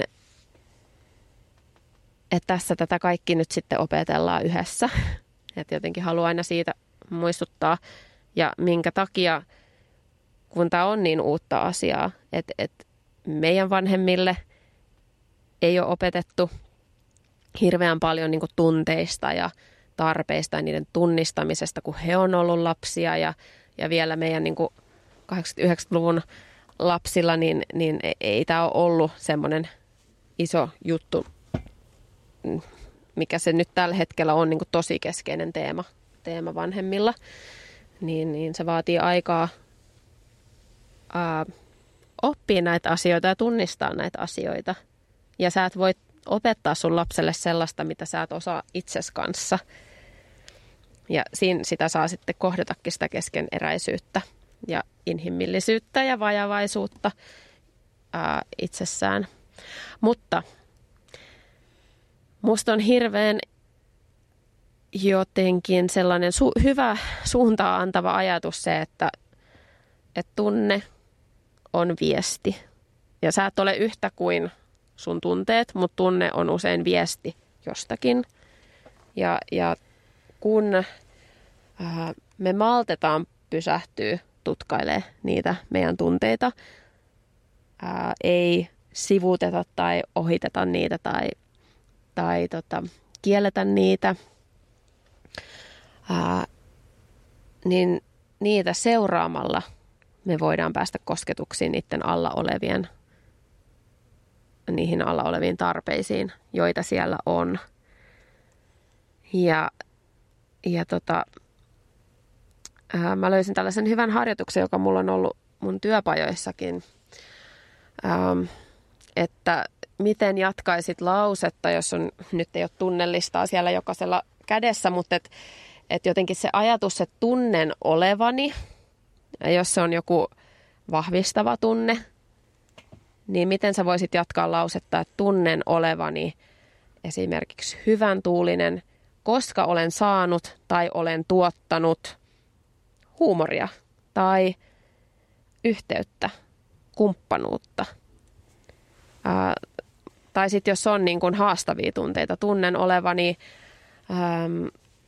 että tässä tätä kaikki nyt sitten opetellaan yhdessä. Että jotenkin haluan aina siitä muistuttaa. Ja minkä takia, kun tämä on niin uutta asiaa, että, että meidän vanhemmille ei ole opetettu hirveän paljon niin kuin tunteista ja tarpeista ja niiden tunnistamisesta, kun he on ollut lapsia. Ja, ja vielä meidän niin kuin kahdeksankymmentä-yhdeksänkymmentäluvun lapsilla, niin, niin ei tämä ole ollut semmoinen iso juttu, mikä se nyt tällä hetkellä on niin kuin tosi keskeinen teema, teema vanhemmilla, niin, niin se vaatii aikaa ää, oppia näitä asioita ja tunnistaa näitä asioita. Ja sä et voi opettaa sun lapselle sellaista, mitä sä et osaa itses kanssa. Ja siinä sitä saa sitten kohdatakin sitä keskeneräisyyttä ja inhimillisyyttä ja vajavaisuutta ää, itsessään. Mutta musta on hirveän jotenkin sellainen su- hyvä suuntaa antava ajatus se, että, että tunne on viesti. Ja sä et ole yhtä kuin sun tunteet, mutta tunne on usein viesti jostakin. Ja, ja kun ää, me maltetaan pysähtyä tutkailemaan niitä meidän tunteita, ää, ei sivuuteta tai ohiteta niitä tai, tai tota, kielletä niitä, ää, niin niitä seuraamalla me voidaan päästä kosketuksiin niiden alla olevien, niihin alla oleviin tarpeisiin, joita siellä on. Ja, ja tota, ää, mä löysin tällaisen hyvän harjoituksen, joka mulla on ollut mun työpajoissakin, ähm, että miten jatkaisit lausetta, jos on, nyt ei ole tunnelistaa siellä jokaisella kädessä, mutta et, et jotenkin se ajatus, että tunnen olevani, ja jos se on joku vahvistava tunne, niin miten sä voisit jatkaa lausetta, että tunnen olevani esimerkiksi hyvän tuulinen, koska olen saanut tai olen tuottanut huumoria tai yhteyttä, kumppanuutta. Ää, tai sitten jos on niin kuin haastavia tunteita, tunnen olevani äm,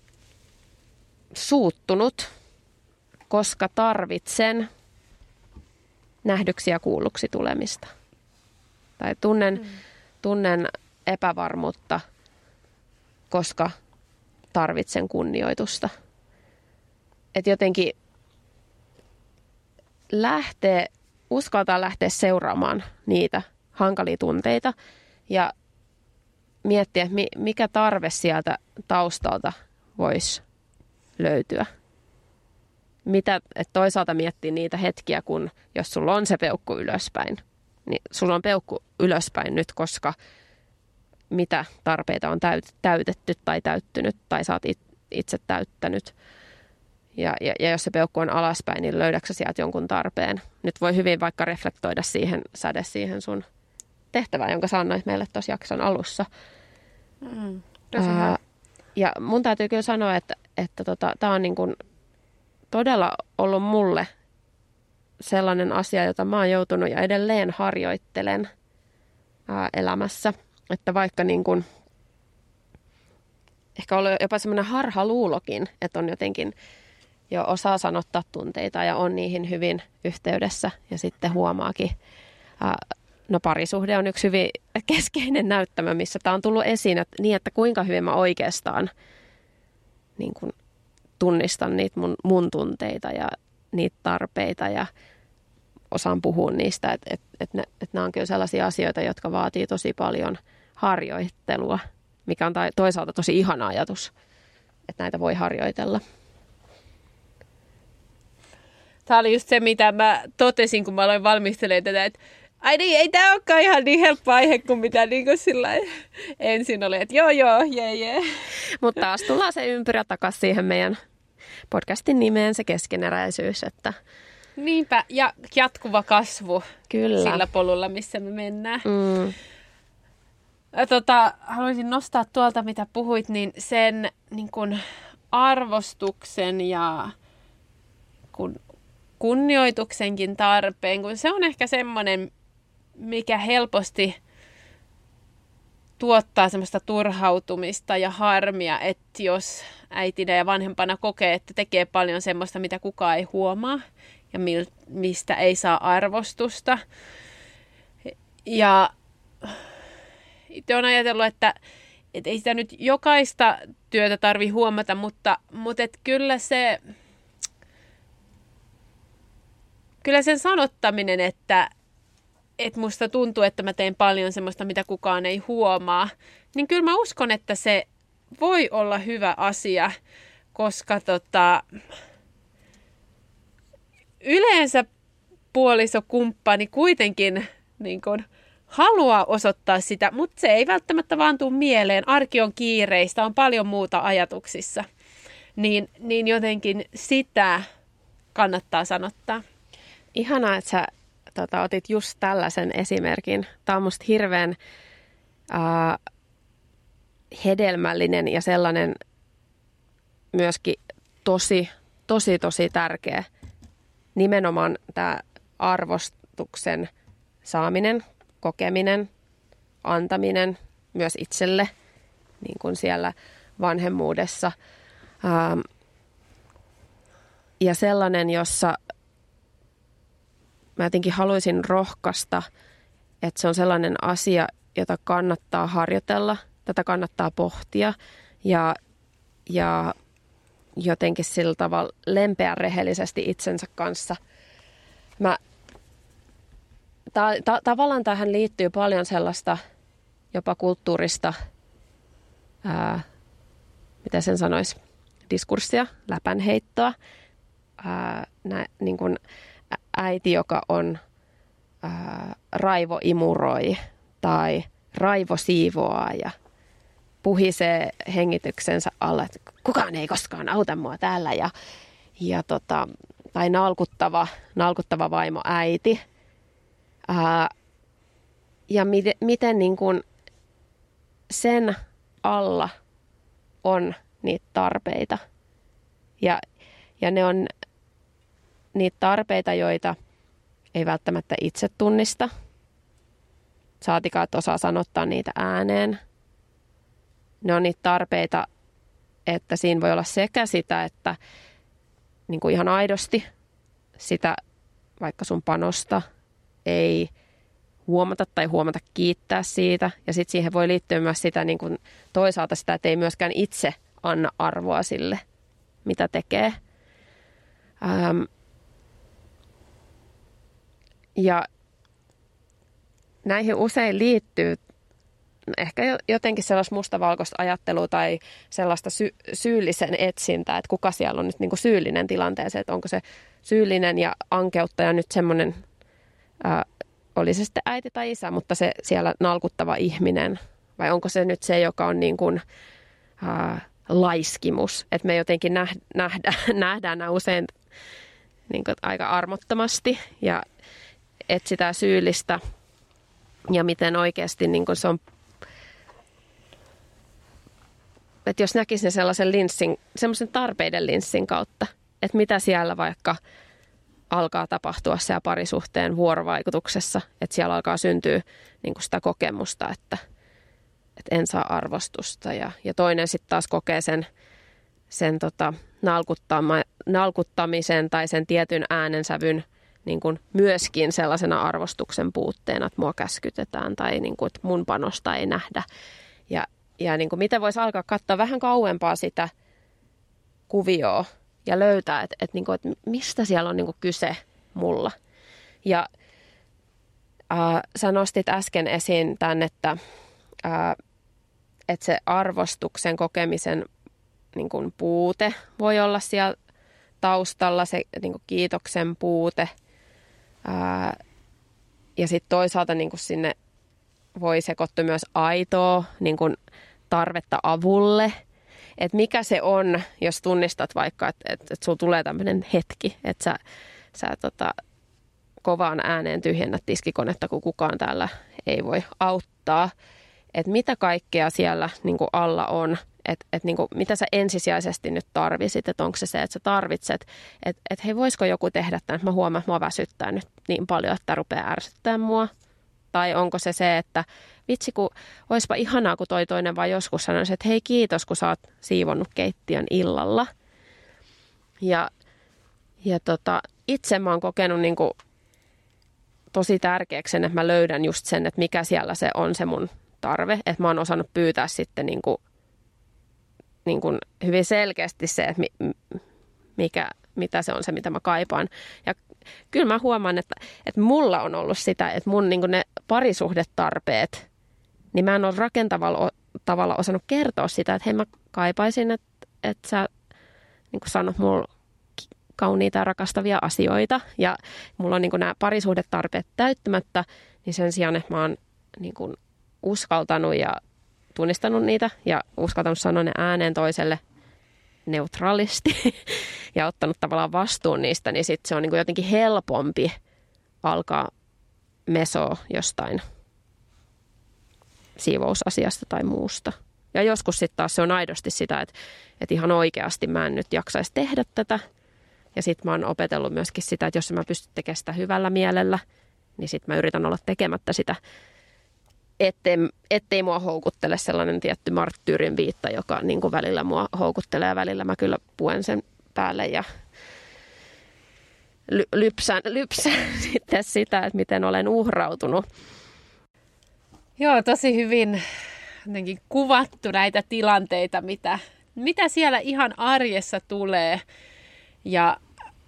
suuttunut, koska tarvitsen nähdyksi ja kuulluksi tulemista. Tai tunnen, mm. tunnen epävarmuutta, koska tarvitsen kunnioitusta. Että jotenkin lähtee, uskaltaa lähteä seuraamaan niitä hankalia tunteita ja miettiä, mikä tarve sieltä taustalta voisi löytyä. Mitä, että toisaalta miettiä niitä hetkiä, kun jos sulla on se peukku ylöspäin, niin sulla on peukku ylöspäin nyt, koska mitä tarpeita on täytetty tai täyttynyt tai sä oot itse täyttänyt. Ja, ja, ja jos se peukku on alaspäin, niin löydätkö sieltä jonkun tarpeen? Nyt voi hyvin vaikka reflektoida siihen, säde siihen sun tehtävään, jonka sä annoit meille tuossa jakson alussa. Mm, Ää, ja mun täytyy kyllä sanoa, että, että tota, tää on niin kuin todella ollut mulle sellainen asia, jota mä oon joutunut ja edelleen harjoittelen ää, elämässä. Että vaikka niin kuin, ehkä ollut jopa semmoinen harhaluulokin, että on jotenkin jo osaa sanottaa tunteita ja on niihin hyvin yhteydessä ja sitten huomaakin. Ää, no parisuhde on yksi hyvin keskeinen näyttämä, missä tämä on tullut esiin, että niin, että kuinka hyvin mä oikeastaan niin kuin tunnistan niitä mun, mun tunteita ja niitä tarpeita ja osaan puhua niistä, että et, et ne, et nämä on kyllä sellaisia asioita, jotka vaatii tosi paljon harjoittelua, mikä on toisaalta tosi ihana ajatus, että näitä voi harjoitella. Tämä oli just se, mitä mä totesin, kun mä aloin valmistelemaan tätä, että ai niin, ei tämä olekaan ihan niin helppo aihe kuin mitä niin kuin sillä ensin oli, että joo joo, jee jee. Mutta taas tullaan se ympyrä takaisin siihen meidän podcastin nimeen, se keskeneräisyys, että niinpä, ja jatkuva kasvu kyllä sillä polulla, missä me mennään. Mm. Tota, haluaisin nostaa tuolta, mitä puhuit, niin sen niin kun arvostuksen ja kun kunnioituksenkin tarpeen, kun se on ehkä semmoinen, mikä helposti tuottaa semmoista turhautumista ja harmia, että jos äitinä ja vanhempana kokee, että tekee paljon semmoista, mitä kukaan ei huomaa ja mistä ei saa arvostusta. Ja itse olen ajatellut, että, että ei sitä nyt jokaista työtä tarvitse huomata, mutta, mutta et kyllä se, kyllä sen sanottaminen, että, että musta tuntuu, että mä teen paljon semmoista, mitä kukaan ei huomaa, niin kyllä mä uskon, että se voi olla hyvä asia, koska tota, yleensä puolisokumppani kuitenkin niin kun haluaa osoittaa sitä, mutta se ei välttämättä vaan tule mieleen. Arki on kiireistä, on paljon muuta ajatuksissa. Niin, niin jotenkin sitä kannattaa sanottaa. Ihanaa, että sä tota, otit just tällaisen esimerkin. Tämä on musta hirveän äh, hedelmällinen ja sellainen myöskin tosi, tosi, tosi tärkeä. Nimenomaan tämä arvostuksen saaminen, kokeminen, antaminen myös itselle, niin kuin siellä vanhemmuudessa. Ähm, ja sellainen, jossa mä jotenkin haluaisin rohkaista, että se on sellainen asia, jota kannattaa harjoitella, tätä kannattaa pohtia ja, ja jotenkin sillä tavalla lempeä rehellisesti itsensä kanssa. Mä, ta, ta, tavallaan tähän liittyy paljon sellaista jopa kulttuurista, ää, mitä sen sanoisi, diskurssia, läpänheittoa. Ää, nä, niin kuin äiti, joka on ää, raivoimuroi tai raivosiivoaa ja puhisee hengityksensä alla, että kukaan ei koskaan auta mua täällä. Ja, ja tota, tai nalkuttava, nalkuttava vaimo äiti. Ää, ja miten, miten niin kuin sen alla on niitä tarpeita. Ja, ja ne on niitä tarpeita, joita ei välttämättä itse tunnista. Saatikaan, että osaa sanottaa niitä ääneen. Ne on niitä tarpeita, että siinä voi olla sekä sitä, että niin kuin ihan aidosti sitä vaikka sun panosta ei huomata tai huomata kiittää siitä. Ja sitten siihen voi liittyä myös sitä niin kuin toisaalta sitä, että ei myöskään itse anna arvoa sille, mitä tekee. Ähm, ja näihin usein liittyy ehkä jotenkin sellaista mustavalkoista ajattelua tai sellaista sy- syyllisen etsintää, että kuka siellä on nyt niin kuin syyllinen tilanteeseen, että onko se syyllinen ja ankeuttaja nyt semmoinen, ää, oli se sitten äiti tai isä, mutta se siellä nalkuttava ihminen, vai onko se nyt se, joka on niin kuin, ää, laiskimus, että me jotenkin nähdään, nähdään, nähdään nämä usein niin kuin aika armottomasti ja etsitään syyllistä ja miten oikeasti niin kuin se on, että jos näkisi sellaisen linssin, semmoisen tarpeiden linssin kautta, että mitä siellä vaikka alkaa tapahtua siellä parisuhteen vuorovaikutuksessa, että siellä alkaa syntyä niin kuin sitä kokemusta, että, että en saa arvostusta ja, ja toinen sitten taas kokee sen, sen tota, nalkuttama, nalkuttamisen tai sen tietyn äänensävyn niin kuin myöskin sellaisena arvostuksen puutteena, että mua käskytetään tai niin kuin, että mun panosta ei nähdä. Ja, ja niin kuin miten voisi alkaa katsoa vähän kauempaa sitä kuvioa ja löytää, että, että, niin kuin, että mistä siellä on niin kuin kyse mulla. Ja äh, sä nostit äsken esiin tämän, että, äh, että se arvostuksen kokemisen niin kuin puute voi olla siellä taustalla, se niin kuin kiitoksen puute. Ää, ja sitten toisaalta niin kuin sinne voi sekoittua myös aitoa niin kuin tarvetta avulle. Että mikä se on, jos tunnistat vaikka, että et, et sulla tulee tämmöinen hetki, että sä, sä tota, kovaan ääneen tyhjennät tiskikonetta, kun kukaan täällä ei voi auttaa. Että mitä kaikkea siellä niin kuin alla on. Että et niinku, mitä sä ensisijaisesti nyt tarvisit, että onko se se, että sä tarvitset, että et hei, voisiko joku tehdä tämän, että mä huomaan, että mua väsyttää nyt niin paljon, että tämä rupeaa ärsyttämään mua. Tai onko se se, että vitsi, kun olisipa ihanaa, kun toi toinen vaan joskus sanoisi, että hei kiitos, kun sä oot siivonnut keittiön illalla. Ja, ja tota, itse mä oon kokenut niinku tosi tärkeäksi sen, että mä löydän just sen, että mikä siellä se on se mun tarve. Että mä oon osannut pyytää sitten niinku niin kuin hyvin selkeästi se, että mikä, mitä se on se, mitä mä kaipaan. Ja kyllä mä huomaan, että, että mulla on ollut sitä, että mun niin kuin ne parisuhdetarpeet, niin mä en ole rakentavalla tavalla osannut kertoa sitä, että hei mä kaipaisin, että, että sä niin kuin sanot mulle kauniita ja rakastavia asioita. Ja mulla on niin kuin nämä parisuhdetarpeet täyttämättä, niin sen sijaan, että mä oon niin kuin uskaltanut ja tunnistanut niitä ja uskaltanut sanoa ne ääneen toiselle neutraalisti ja ottanut tavallaan vastuun niistä, niin sitten se on niin kuin jotenkin helpompi alkaa mesoa jostain siivousasiasta tai muusta. Ja joskus sitten taas se on aidosti sitä, että, että ihan oikeasti mä en nyt jaksaisi tehdä tätä. Ja sitten mä oon opetellut myöskin sitä, että jos mä pystyn tekemään sitä hyvällä mielellä, niin sitten mä yritän olla tekemättä sitä, ettei, ettei mua houkuttele sellainen tietty marttyyrin viitta, joka niin kuin välillä mua houkuttelee ja välillä mä kyllä puen sen päälle ja ly- lypsän, lypsän sitten sitä, että miten olen uhrautunut. Joo, tosi hyvin jotenkin kuvattu näitä tilanteita, mitä, mitä siellä ihan arjessa tulee ja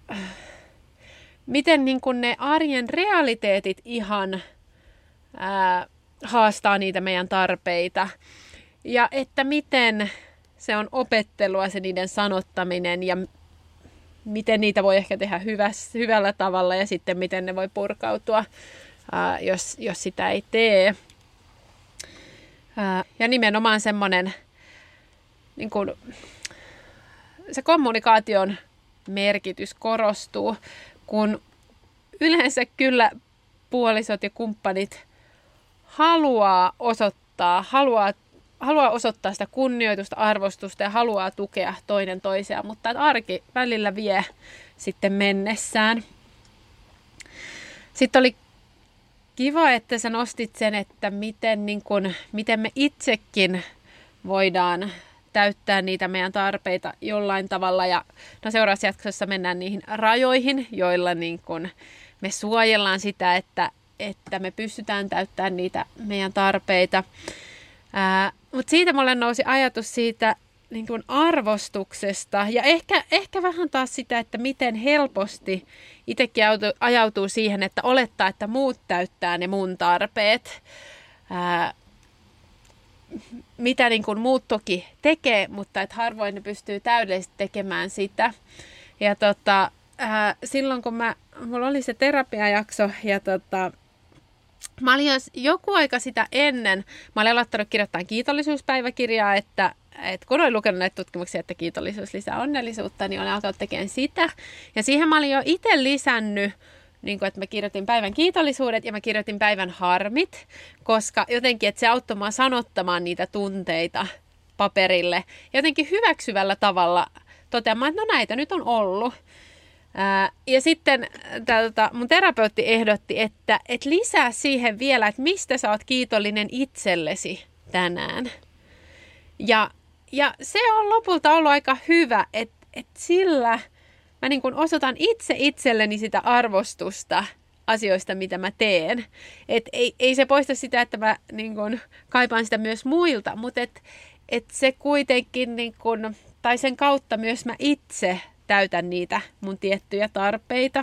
miten niin kuin ne arjen realiteetit ihan ää, haastaa niitä meidän tarpeita ja että miten se on opettelua se niiden sanottaminen ja miten niitä voi ehkä tehdä hyväs, hyvällä tavalla ja sitten miten ne voi purkautua, ää, jos, jos sitä ei tee. Ää, ja nimenomaan semmoinen niin kuin, se kommunikaation merkitys korostuu, kun yleensä kyllä puolisot ja kumppanit haluaa osoittaa, haluaa, haluaa osoittaa sitä kunnioitusta, arvostusta ja haluaa tukea toinen toisiaan, mutta arki välillä vie sitten mennessään. Sitten oli kiva, että sä nostit sen, että miten, niin kun, miten me itsekin voidaan täyttää niitä meidän tarpeita jollain tavalla. Ja no seuraavassa jaksossa mennään niihin rajoihin, joilla niin kun me suojellaan sitä, että, että me pystytään täyttämään niitä meidän tarpeita. Mutta siitä mulle nousi ajatus siitä niin kun arvostuksesta ja ehkä, ehkä vähän taas sitä, että miten helposti itsekin ajautuu siihen, että olettaa, että muut täyttää ne mun tarpeet. Ää, mitä niin kuin muut toki tekee, mutta että harvoin ne pystyy täydellisesti tekemään sitä. Ja tota, ää, silloin kun mä, mulla oli se terapiajakso ja tota, mä olin joku aika sitä ennen, mä olin aloittanut kirjoittaa kiitollisuuspäiväkirjaa, että, että kun olin lukenut näitä tutkimuksia, että kiitollisuus lisää onnellisuutta, niin olin alkanut tekemään sitä. Ja siihen mä olin jo itse lisännyt, niin kuin, että mä kirjoitin päivän kiitollisuudet ja mä kirjoitin päivän harmit, koska jotenkin, että se auttoi mua sanottamaan niitä tunteita paperille. Jotenkin hyväksyvällä tavalla toteamaan, että no näitä nyt on ollut. Ää, ja sitten tältä, mun terapeutti ehdotti, että et lisää siihen vielä, että mistä sä oot kiitollinen itsellesi tänään. Ja, ja se on lopulta ollut aika hyvä, että et sillä mä niin kun osoitan itse itselleni sitä arvostusta asioista, mitä mä teen. Et ei, ei se poista sitä, että mä niin kun kaipaan sitä myös muilta, mutta et, et se kuitenkin, niin kun, tai sen kautta myös mä itse täytän niitä mun tiettyjä tarpeita.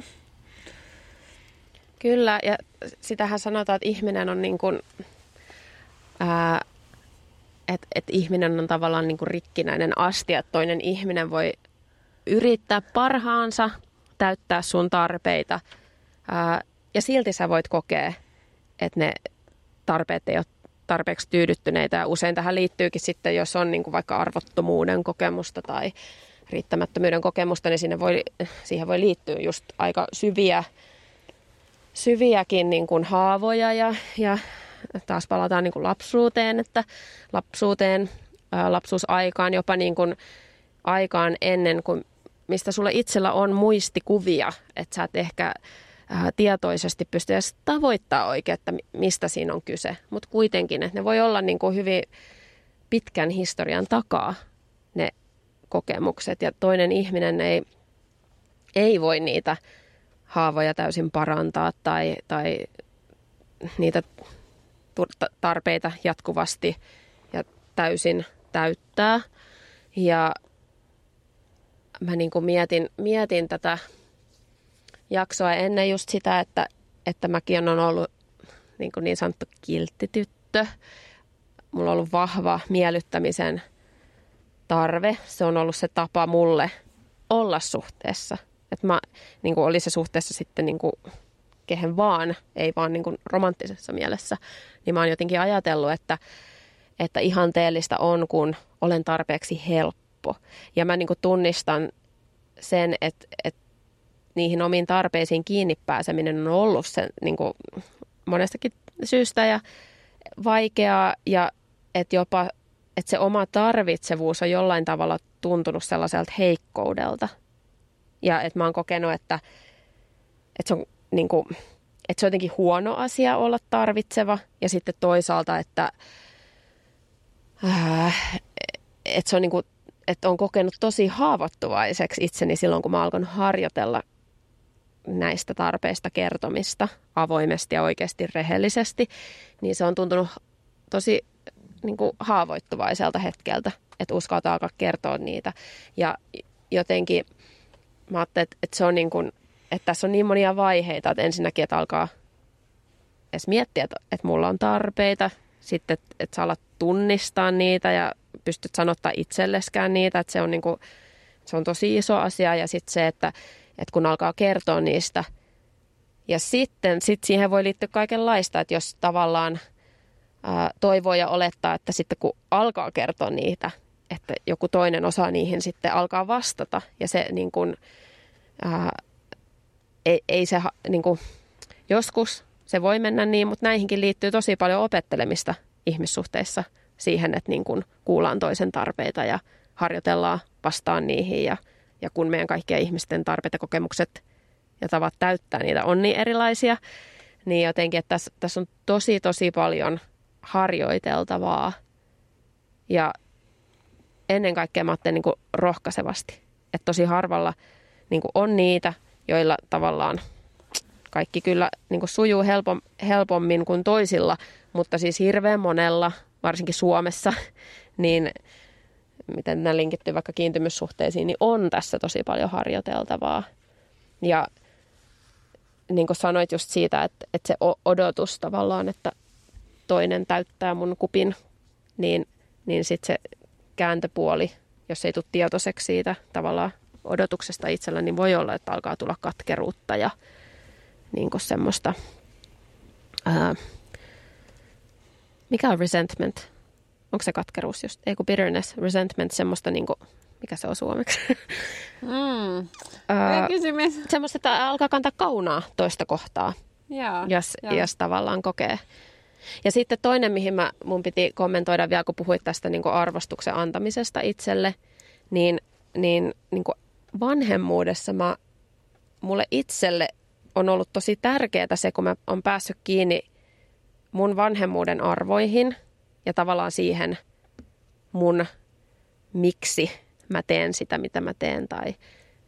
Kyllä, ja sitähän sanotaan, että ihminen on niin kuin, ää, että et ihminen on tavallaan niin kuin rikkinäinen astia, että toinen ihminen voi yrittää parhaansa täyttää sun tarpeita ää, ja silti sä voit kokea, että ne tarpeet ei ole tarpeeksi tyydyttyneitä. Ja usein tähän liittyykin sitten, jos on niin kuin vaikka arvottomuuden kokemusta tai riittämättömyyden kokemusta, niin sinne voi, siihen voi liittyä just aika syviä, syviäkin niin kuin haavoja ja, ja taas palataan niin kuin lapsuuteen, että lapsuuteen, ää, lapsuusaikaan, jopa niin kuin aikaan ennen kuin mistä sulla itsellä on muistikuvia, että sä et ehkä ää, tietoisesti pysty edes tavoittaa oikein, että mistä siinä on kyse, mutta kuitenkin, että ne voi olla niin kuin hyvin pitkän historian takaa ne kokemukset ja toinen ihminen ei, ei voi niitä haavoja täysin parantaa tai, tai niitä tarpeita jatkuvasti ja täysin täyttää. Ja mä niin kuin mietin, mietin tätä jaksoa ennen just sitä, että, että mäkin olen ollut niin, kuin niin sanottu kilttityttö. Mulla on ollut vahva miellyttämisen tarve. Se on ollut se tapa mulle olla suhteessa. Että mä niin kuin oli se suhteessa sitten niin kuin kehen vaan, ei vaan niin kuin romanttisessa mielessä. Niin mä oon jotenkin ajatellut, että, että ihanteellista on, kun olen tarpeeksi helppo. Ja mä niin kuin tunnistan sen, että, että niihin omiin tarpeisiin kiinni pääseminen on ollut sen niin kuin monestakin syystä ja vaikeaa. Ja että jopa että se oma tarvitsevuus on jollain tavalla tuntunut sellaiselta heikkoudelta. Ja että mä oon kokenut, että, että, se on, niin kuin, että se on jotenkin huono asia olla tarvitseva. Ja sitten toisaalta, että, äh, että, se on niin kuin, että on kokenut tosi haavoittuvaiseksi itseni silloin, kun mä alkoin harjoitella näistä tarpeista kertomista avoimesti ja oikeasti rehellisesti. Niin se on tuntunut tosi niin kuin haavoittuvaiselta hetkeltä, että uskaltaa alkaa kertoa niitä. Ja jotenkin mä ajattelin, että, että, se on niin kuin, että tässä on niin monia vaiheita, että ensinnäkin, että alkaa edes miettiä, että, että mulla on tarpeita, sitten, että, että sä alat tunnistaa niitä ja pystyt sanottaa itselleskään niitä, että se on, niin kuin, se on tosi iso asia. Ja sitten se, että, että kun alkaa kertoa niistä, ja sitten sit siihen voi liittyä kaikenlaista, että jos tavallaan toivoo ja olettaa, että sitten kun alkaa kertoa niitä, että joku toinen osa niihin sitten alkaa vastata. Ja se niin kuin, ää, ei, ei se niin kuin, joskus se voi mennä niin, mutta näihinkin liittyy tosi paljon opettelemista ihmissuhteissa siihen, että niin kuin kuullaan toisen tarpeita ja harjoitellaan vastaan niihin. Ja, ja kun meidän kaikkien ihmisten tarpeet ja kokemukset ja tavat täyttää niitä on niin erilaisia, niin jotenkin, että tässä, tässä on tosi tosi paljon harjoiteltavaa ja ennen kaikkea mä ajattelen niin kuin rohkaisevasti, että tosi harvalla niin kuin on niitä, joilla tavallaan kaikki kyllä niin kuin sujuu helpom, helpommin kuin toisilla, mutta siis hirveän monella, varsinkin Suomessa, niin miten nämä linkittyy vaikka kiintymyssuhteisiin, niin on tässä tosi paljon harjoiteltavaa. Ja niin kuin sanoit just siitä, että, että se odotus tavallaan, että toinen täyttää mun kupin, niin, niin sitten se kääntöpuoli, jos ei tule tietoiseksi siitä tavallaan odotuksesta itsellä, niin voi olla, että alkaa tulla katkeruutta ja niin kuin semmoista, ää, mikä on resentment? Onko se katkeruus just? Ei kun bitterness, resentment, semmoista niin kuin, mikä se on suomeksi? Mm. ää, kysymys. semmoista, että alkaa kantaa kaunaa toista kohtaa, Joo, jos, joo. jos tavallaan kokee. Ja sitten toinen, mihin mä, mun piti kommentoida vielä, kun puhuit tästä niin kuin arvostuksen antamisesta itselle, niin, niin, niin kuin vanhemmuudessa mä, mulle itselle on ollut tosi tärkeää se, kun mä oon päässyt kiinni mun vanhemmuuden arvoihin ja tavallaan siihen mun miksi mä teen sitä, mitä mä teen. Tai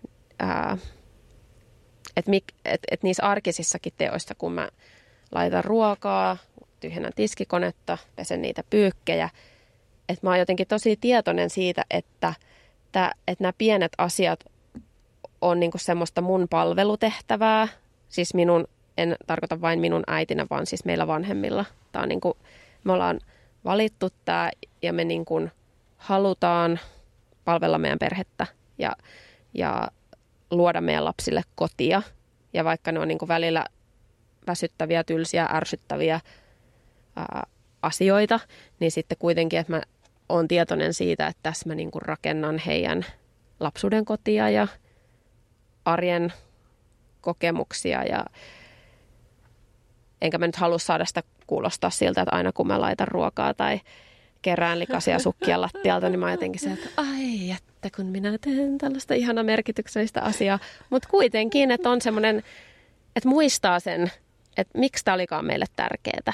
että et, et niissä arkisissakin teoissa, kun mä laitan ruokaa, tyhjennän tiskikonetta, pesen niitä pyykkejä, että mä oon jotenkin tosi tietoinen siitä, että, tää, että nämä pienet asiat on niinku semmoista mun palvelutehtävää. Siis minun, en tarkoita vain minun äitinä, vaan siis meillä vanhemmilla. Tää on niinku, me ollaan valittu tämä ja me niinku halutaan palvella meidän perhettä ja, ja luoda meidän lapsille kotia. Ja vaikka ne on niinku välillä väsyttäviä, tylsiä, ärsyttäviä ää, asioita, niin sitten kuitenkin, että mä oon tietoinen siitä, että tässä mä niinku rakennan heidän lapsuuden kotia ja arjen kokemuksia. Ja enkä mä nyt halua saada sitä kuulostaa siltä, että aina kun mä laitan ruokaa tai kerään likaisia sukkia lattialta, niin mä jotenkin se, että ai, että kun minä teen tällaista ihana merkityksellistä asiaa. Mutta kuitenkin, että on semmoinen, että muistaa sen, että miksi tämä olikaan meille tärkeää.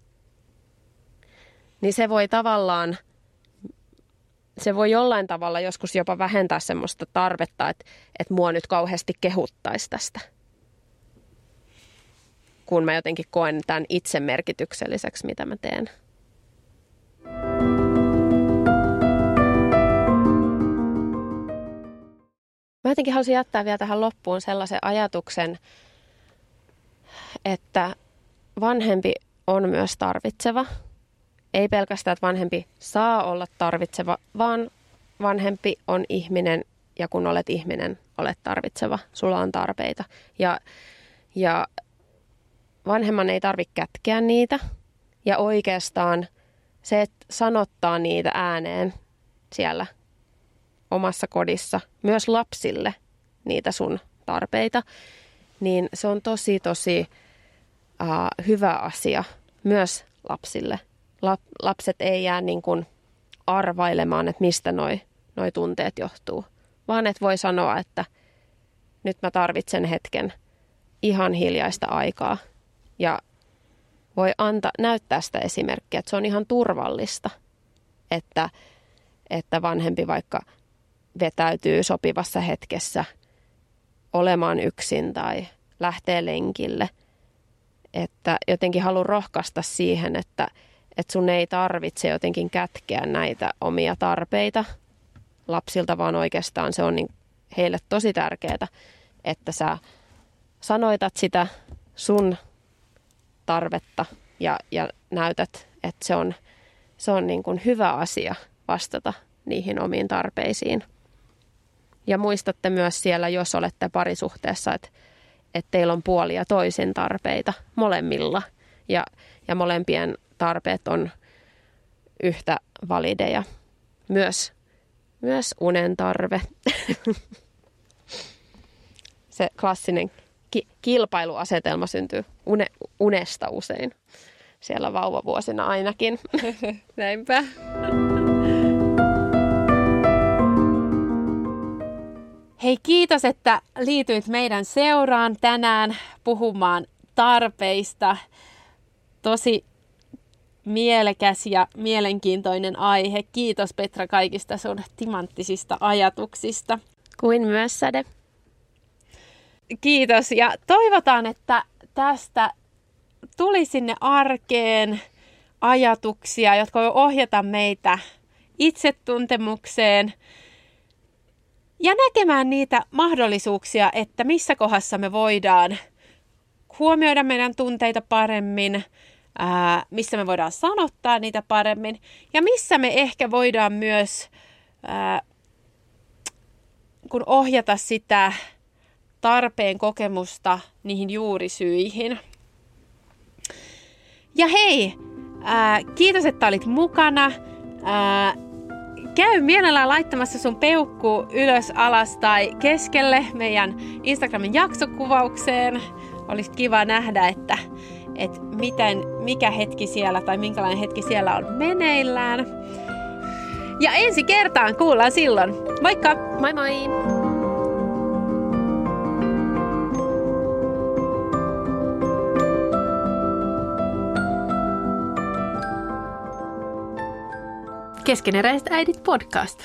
Niin se voi tavallaan, se voi jollain tavalla joskus jopa vähentää semmoista tarvetta, että, että mua nyt kauheasti kehuttaisi tästä. Kun mä jotenkin koen tämän itse merkitykselliseksi, mitä mä teen. Mä jotenkin haluaisin jättää vielä tähän loppuun sellaisen ajatuksen, että vanhempi on myös tarvitseva. Ei pelkästään, että vanhempi saa olla tarvitseva, vaan vanhempi on ihminen ja kun olet ihminen, olet tarvitseva. Sulla on tarpeita. Ja, ja vanhemman ei tarvitse kätkeä niitä. Ja oikeastaan se, että sanottaa niitä ääneen siellä omassa kodissa, myös lapsille niitä sun tarpeita, niin se on tosi, tosi uh, hyvä asia myös lapsille. Lap, lapset ei jää niin kuin arvailemaan, että mistä noi, noi tunteet johtuu. Vaan että voi sanoa, että nyt mä tarvitsen hetken ihan hiljaista aikaa. Ja voi anta, näyttää sitä esimerkkiä, että se on ihan turvallista, että, että vanhempi vaikka vetäytyy sopivassa hetkessä olemaan yksin tai lähtee lenkille. Että jotenkin haluan rohkaista siihen, että, että sun ei tarvitse jotenkin kätkeä näitä omia tarpeita lapsilta, vaan oikeastaan se on niin heille tosi tärkeää, että sä sanoitat sitä sun tarvetta ja, ja näytät, että se on, se on niin kuin hyvä asia vastata niihin omiin tarpeisiin. Ja muistatte myös siellä, jos olette parisuhteessa, että, että teillä on puoli ja toisin tarpeita molemmilla. Ja, ja molempien tarpeet on yhtä valideja. Myös, myös unen tarve. Se klassinen ki- kilpailuasetelma syntyy une, unesta usein. Siellä vauvavuosina ainakin. Näinpä. Hei, kiitos, että liityit meidän seuraan tänään puhumaan tarpeista. Tosi mielekäs ja mielenkiintoinen aihe. Kiitos Petra kaikista sun timanttisista ajatuksista. Kuin myös Säde. Kiitos ja toivotaan, että tästä tuli sinne arkeen ajatuksia, jotka voi ohjata meitä itsetuntemukseen ja näkemään niitä mahdollisuuksia, että missä kohdassa me voidaan huomioida meidän tunteita paremmin, ää, missä me voidaan sanottaa niitä paremmin ja missä me ehkä voidaan myös ää, kun ohjata sitä tarpeen kokemusta niihin juurisyihin. Ja hei, ää, kiitos, että olit mukana. Ää, käy mielellään laittamassa sun peukku ylös, alas tai keskelle meidän Instagramin jaksokuvaukseen. Olisi kiva nähdä, että, että miten, mikä hetki siellä tai minkälainen hetki siellä on meneillään. Ja ensi kertaan kuullaan silloin. Moikka! Moi moi! Keskeneräiset äidit podcast.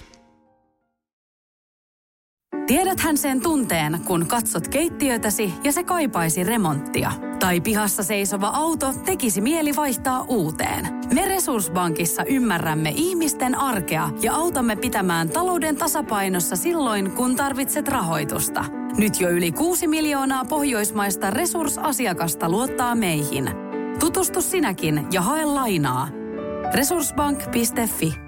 Tiedäthän sen tunteen, kun katsot keittiötäsi ja se kaipaisi remonttia. Tai pihassa seisova auto tekisi mieli vaihtaa uuteen. Me Resurssbankissa ymmärrämme ihmisten arkea ja autamme pitämään talouden tasapainossa silloin, kun tarvitset rahoitusta. Nyt jo yli kuusi miljoonaa pohjoismaista resursasiakasta luottaa meihin. Tutustu sinäkin ja hae lainaa. resurssbank piste fi